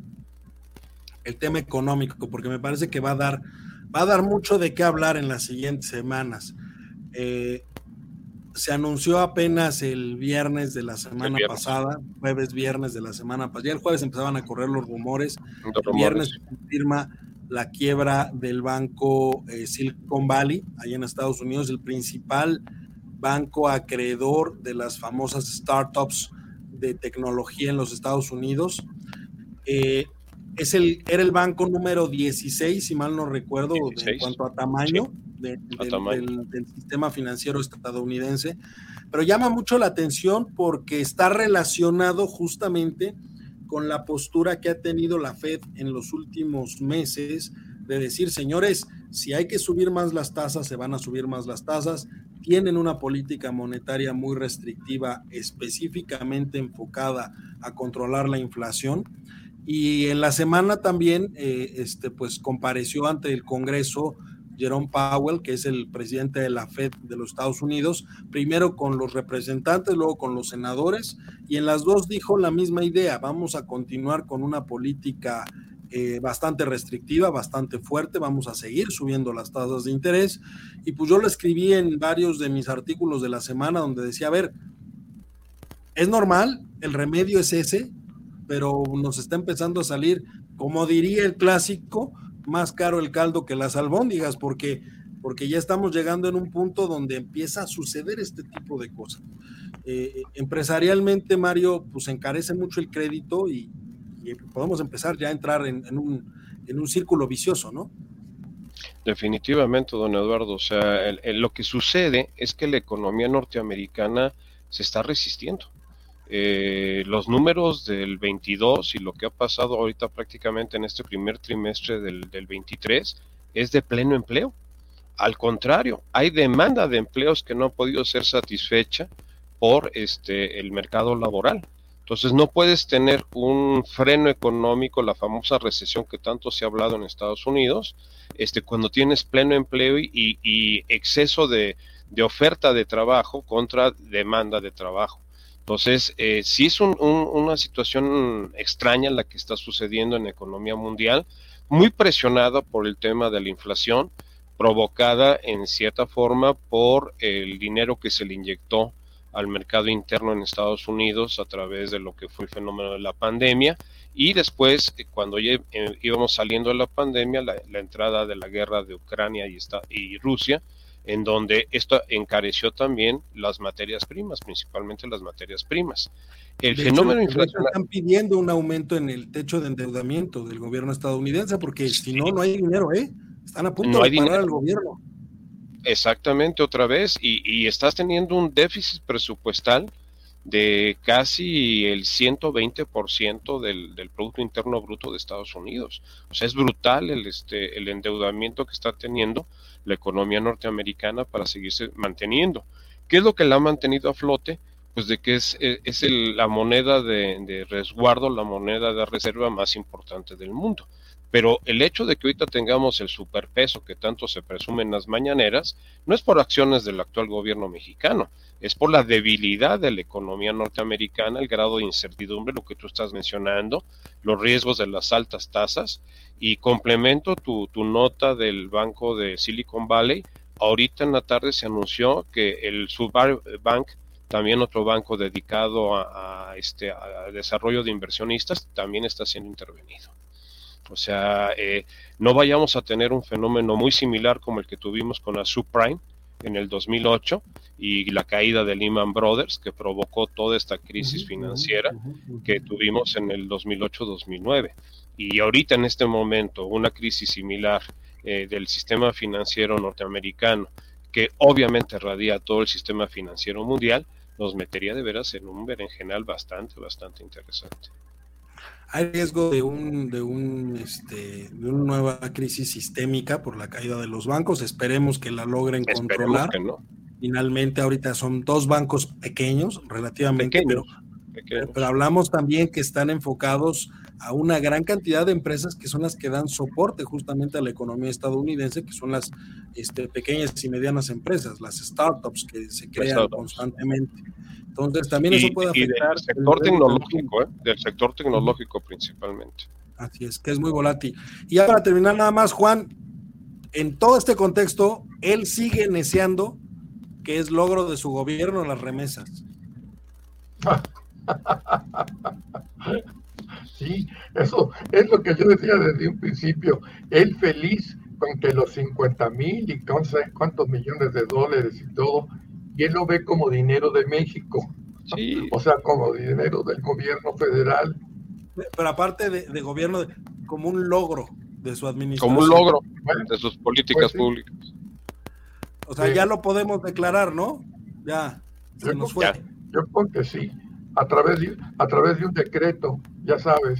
el tema económico, porque me parece que va a dar, va a dar mucho de qué hablar en las siguientes semanas. Eh, se anunció apenas el viernes de la semana pasada, jueves, viernes de la semana pasada, ya el jueves empezaban a correr los rumores, el viernes se confirma la quiebra del banco eh, Silicon Valley, allá en Estados Unidos, el principal banco acreedor de las famosas startups de tecnología en los Estados Unidos. Eh, es el, era el banco número dieciséis, si mal no recuerdo, dieciséis. En cuanto a tamaño, sí. de, a del, tamaño. Del, del sistema financiero estadounidense, pero llama mucho la atención porque está relacionado justamente con la postura que ha tenido la Fed en los últimos meses de decir, señores, si hay que subir más las tasas, se van a subir más las tasas, tienen una política monetaria muy restrictiva, específicamente enfocada a controlar la inflación, y en la semana también, eh, este, pues compareció ante el Congreso Jerome Powell, que es el presidente de la Fed de los Estados Unidos, primero con los representantes, luego con los senadores, y en las dos dijo la misma idea, vamos a continuar con una política eh, bastante restrictiva, bastante fuerte, vamos a seguir subiendo las tasas de interés, y pues yo lo escribí en varios de mis artículos de la semana, donde decía, a ver, es normal, el remedio es ese, pero nos está empezando a salir, como diría el clásico, más caro el caldo que las albóndigas, porque, porque ya estamos llegando en un punto donde empieza a suceder este tipo de cosas. Eh, empresarialmente, Mario, pues encarece mucho el crédito y, y podemos empezar ya a entrar en, en, un, en un círculo vicioso, ¿no? Definitivamente, don Eduardo, o sea, el, el, lo que sucede es que la economía norteamericana se está resistiendo. Eh, los números del veintidós y lo que ha pasado ahorita prácticamente en este primer trimestre del, del veintitrés es de pleno empleo. Al contrario, hay demanda de empleos que no ha podido ser satisfecha por este el mercado laboral. Entonces no puedes tener un freno económico, la famosa recesión que tanto se ha hablado en Estados Unidos, este cuando tienes pleno empleo y, y exceso de, de oferta de trabajo contra demanda de trabajo. Entonces, eh, sí es un, un, una situación extraña la que está sucediendo en la economía mundial, muy presionada por el tema de la inflación, provocada en cierta forma por el dinero que se le inyectó al mercado interno en Estados Unidos a través de lo que fue el fenómeno de la pandemia, y después, cuando ya eh, íbamos saliendo de la pandemia, la, la entrada de la guerra de Ucrania y, esta, y Rusia, en donde esto encareció también las materias primas, principalmente las materias primas. El de fenómeno hecho, inflacionario... Están pidiendo un aumento en el techo de endeudamiento del gobierno estadounidense, porque sí. si no, no hay dinero, ¿eh? Están a punto no de parar al gobierno. Exactamente, otra vez, y, y estás teniendo un déficit presupuestal de casi el ciento veinte por ciento del, del Producto Interno Bruto de Estados Unidos. O sea, es brutal el, este, el endeudamiento que está teniendo la economía norteamericana para seguirse manteniendo. ¿Qué es lo que la ha mantenido a flote? Pues de que es, es el, la moneda de, de resguardo, la moneda de reserva más importante del mundo. Pero el hecho de que ahorita tengamos el superpeso que tanto se presume en las mañaneras, no es por acciones del actual gobierno mexicano, es por la debilidad de la economía norteamericana, el grado de incertidumbre, lo que tú estás mencionando, los riesgos de las altas tasas, y complemento tu, tu nota del banco de Silicon Valley. Ahorita en la tarde se anunció que el Subbank también otro banco dedicado a, a, este, a desarrollo de inversionistas, también está siendo intervenido. O sea, eh, no vayamos a tener un fenómeno muy similar como el que tuvimos con la subprime en el dos mil ocho y la caída de Lehman Brothers, que provocó toda esta crisis uh-huh, financiera uh-huh, uh-huh. que tuvimos en el dos mil ocho dos mil nueve. Y ahorita en este momento una crisis similar eh, del sistema financiero norteamericano, que obviamente radia todo el sistema financiero mundial, nos metería de veras en un berenjenal bastante, bastante interesante. Hay riesgo de un de un este de una nueva crisis sistémica por la caída de los bancos. Esperemos que la logren Esperemos controlar. Que no. Finalmente, ahorita son dos bancos pequeños, relativamente, pequeños, pero, pequeños. pero hablamos también que están enfocados a una gran cantidad de empresas que son las que dan soporte justamente a la economía estadounidense, que son las este, pequeñas y medianas empresas, las startups que se crean startups. constantemente. Entonces también y, eso puede afectar. Y del sector tecnológico, ¿eh? Del sector tecnológico uh-huh. principalmente. Así es, que es muy volátil. Y ya para terminar nada más, Juan, en todo este contexto, él sigue neceando que es logro de su gobierno las remesas. Sí, eso es lo que yo decía desde un principio. Él feliz con que los cincuenta mil y cuántos millones de dólares y todo, y él lo ve como dinero de México. Sí. O sea, como dinero del gobierno federal. Pero aparte de, de gobierno, de, como un logro de su administración. Como un logro de sus políticas pues sí. públicas. O sea, sí. ya lo podemos declarar, ¿no? Ya, se yo nos fue. Ya, yo creo que sí, a través, de, a través de un decreto, ya sabes.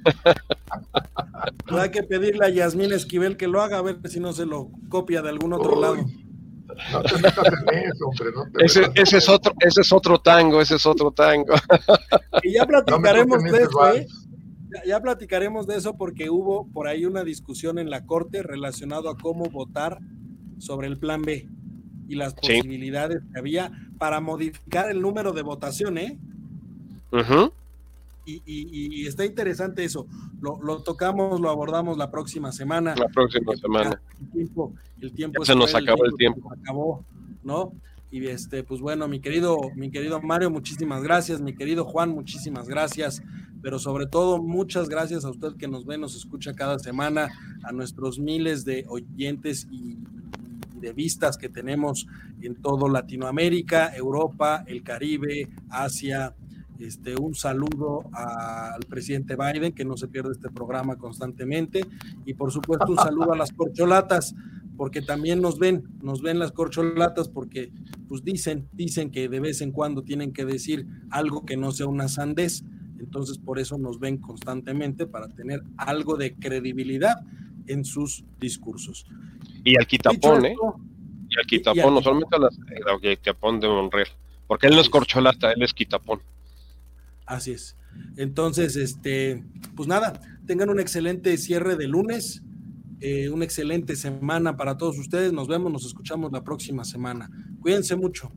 Pues hay que pedirle a Yasmín Esquivel que lo haga, a ver si no se lo copia de algún otro Uy, lado. No te metas en eso, hombre. No te ese, metas ese, en es otro, ese es otro tango, ese es otro tango. Y ya platicaremos no de eso, ¿eh? Ya, ya platicaremos de eso porque hubo por ahí una discusión en la Corte relacionado a cómo votar sobre el Plan B y las sí. posibilidades que había para modificar el número de votación, ¿eh? Uh-huh. Y, y, y está interesante eso. Lo, lo tocamos, lo abordamos la próxima semana. La próxima semana. El tiempo, el tiempo se nos cruel, acabó el tiempo. Se acabó, ¿no? Y este, pues bueno, mi querido, mi querido Mario, muchísimas gracias. Mi querido Juan, muchísimas gracias. Pero sobre todo, muchas gracias a usted que nos ve, nos escucha cada semana, a nuestros miles de oyentes y de vistas que tenemos en todo Latinoamérica, Europa, el Caribe, Asia. Este, un saludo a, al presidente Biden, que no se pierde este programa constantemente, y por supuesto un saludo a las corcholatas, porque también nos ven, nos ven las corcholatas, porque pues dicen, dicen que de vez en cuando tienen que decir algo que no sea una sandez, entonces por eso nos ven constantemente, para tener algo de credibilidad en sus discursos. Y al quitapón, esto, ¿eh? Y al quitapón, y, y al no solamente al quitapón de Monreal, porque él no es corcholata, él es quitapón. Así es. Entonces, este, pues nada, tengan un excelente cierre de lunes, eh, una excelente semana para todos ustedes. Nos vemos, nos escuchamos la próxima semana. Cuídense mucho.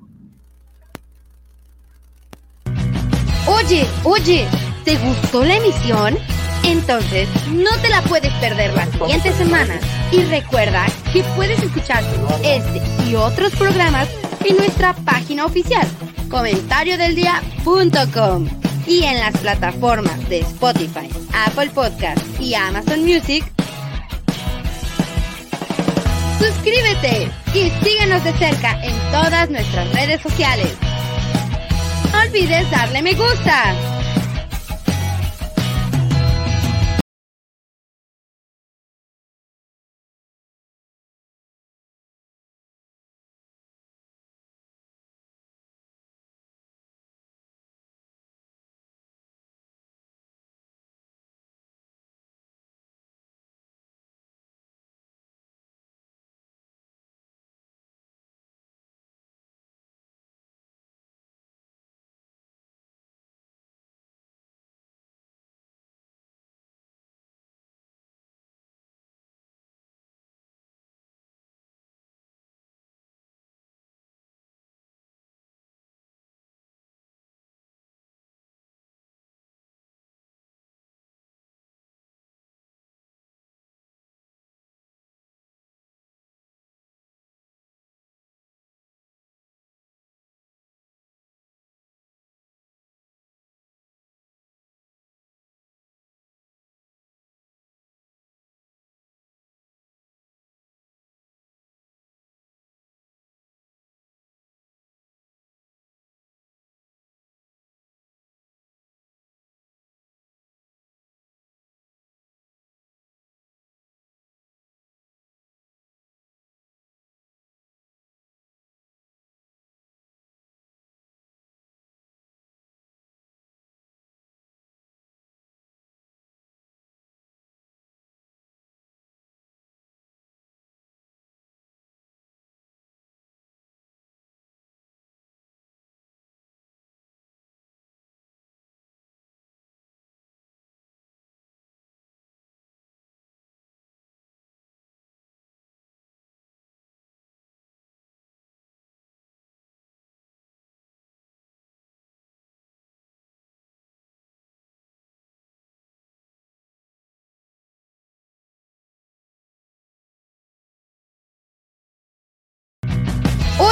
Oye, oye, ¿te gustó la emisión? Entonces, no te la puedes perder la siguiente semana. Y recuerda que puedes escuchar este y otros programas en nuestra página oficial, comentario del día punto com, y en las plataformas de Spotify, Apple Podcast y Amazon Music. Suscríbete y síguenos de cerca en todas nuestras redes sociales. No olvides darle me gusta.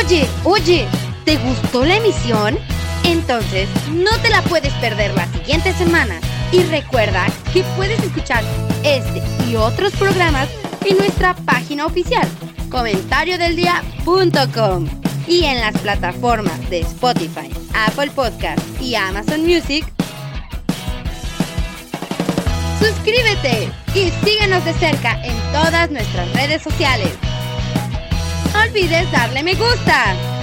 Oye, oye, ¿te gustó la emisión? Entonces no te la puedes perder la siguiente semana. Y recuerda que puedes escuchar este y otros programas en nuestra página oficial, comentario del día punto com, y en las plataformas de Spotify, Apple Podcasts y Amazon Music. Suscríbete y síguenos de cerca en todas nuestras redes sociales. No olvides darle me gusta.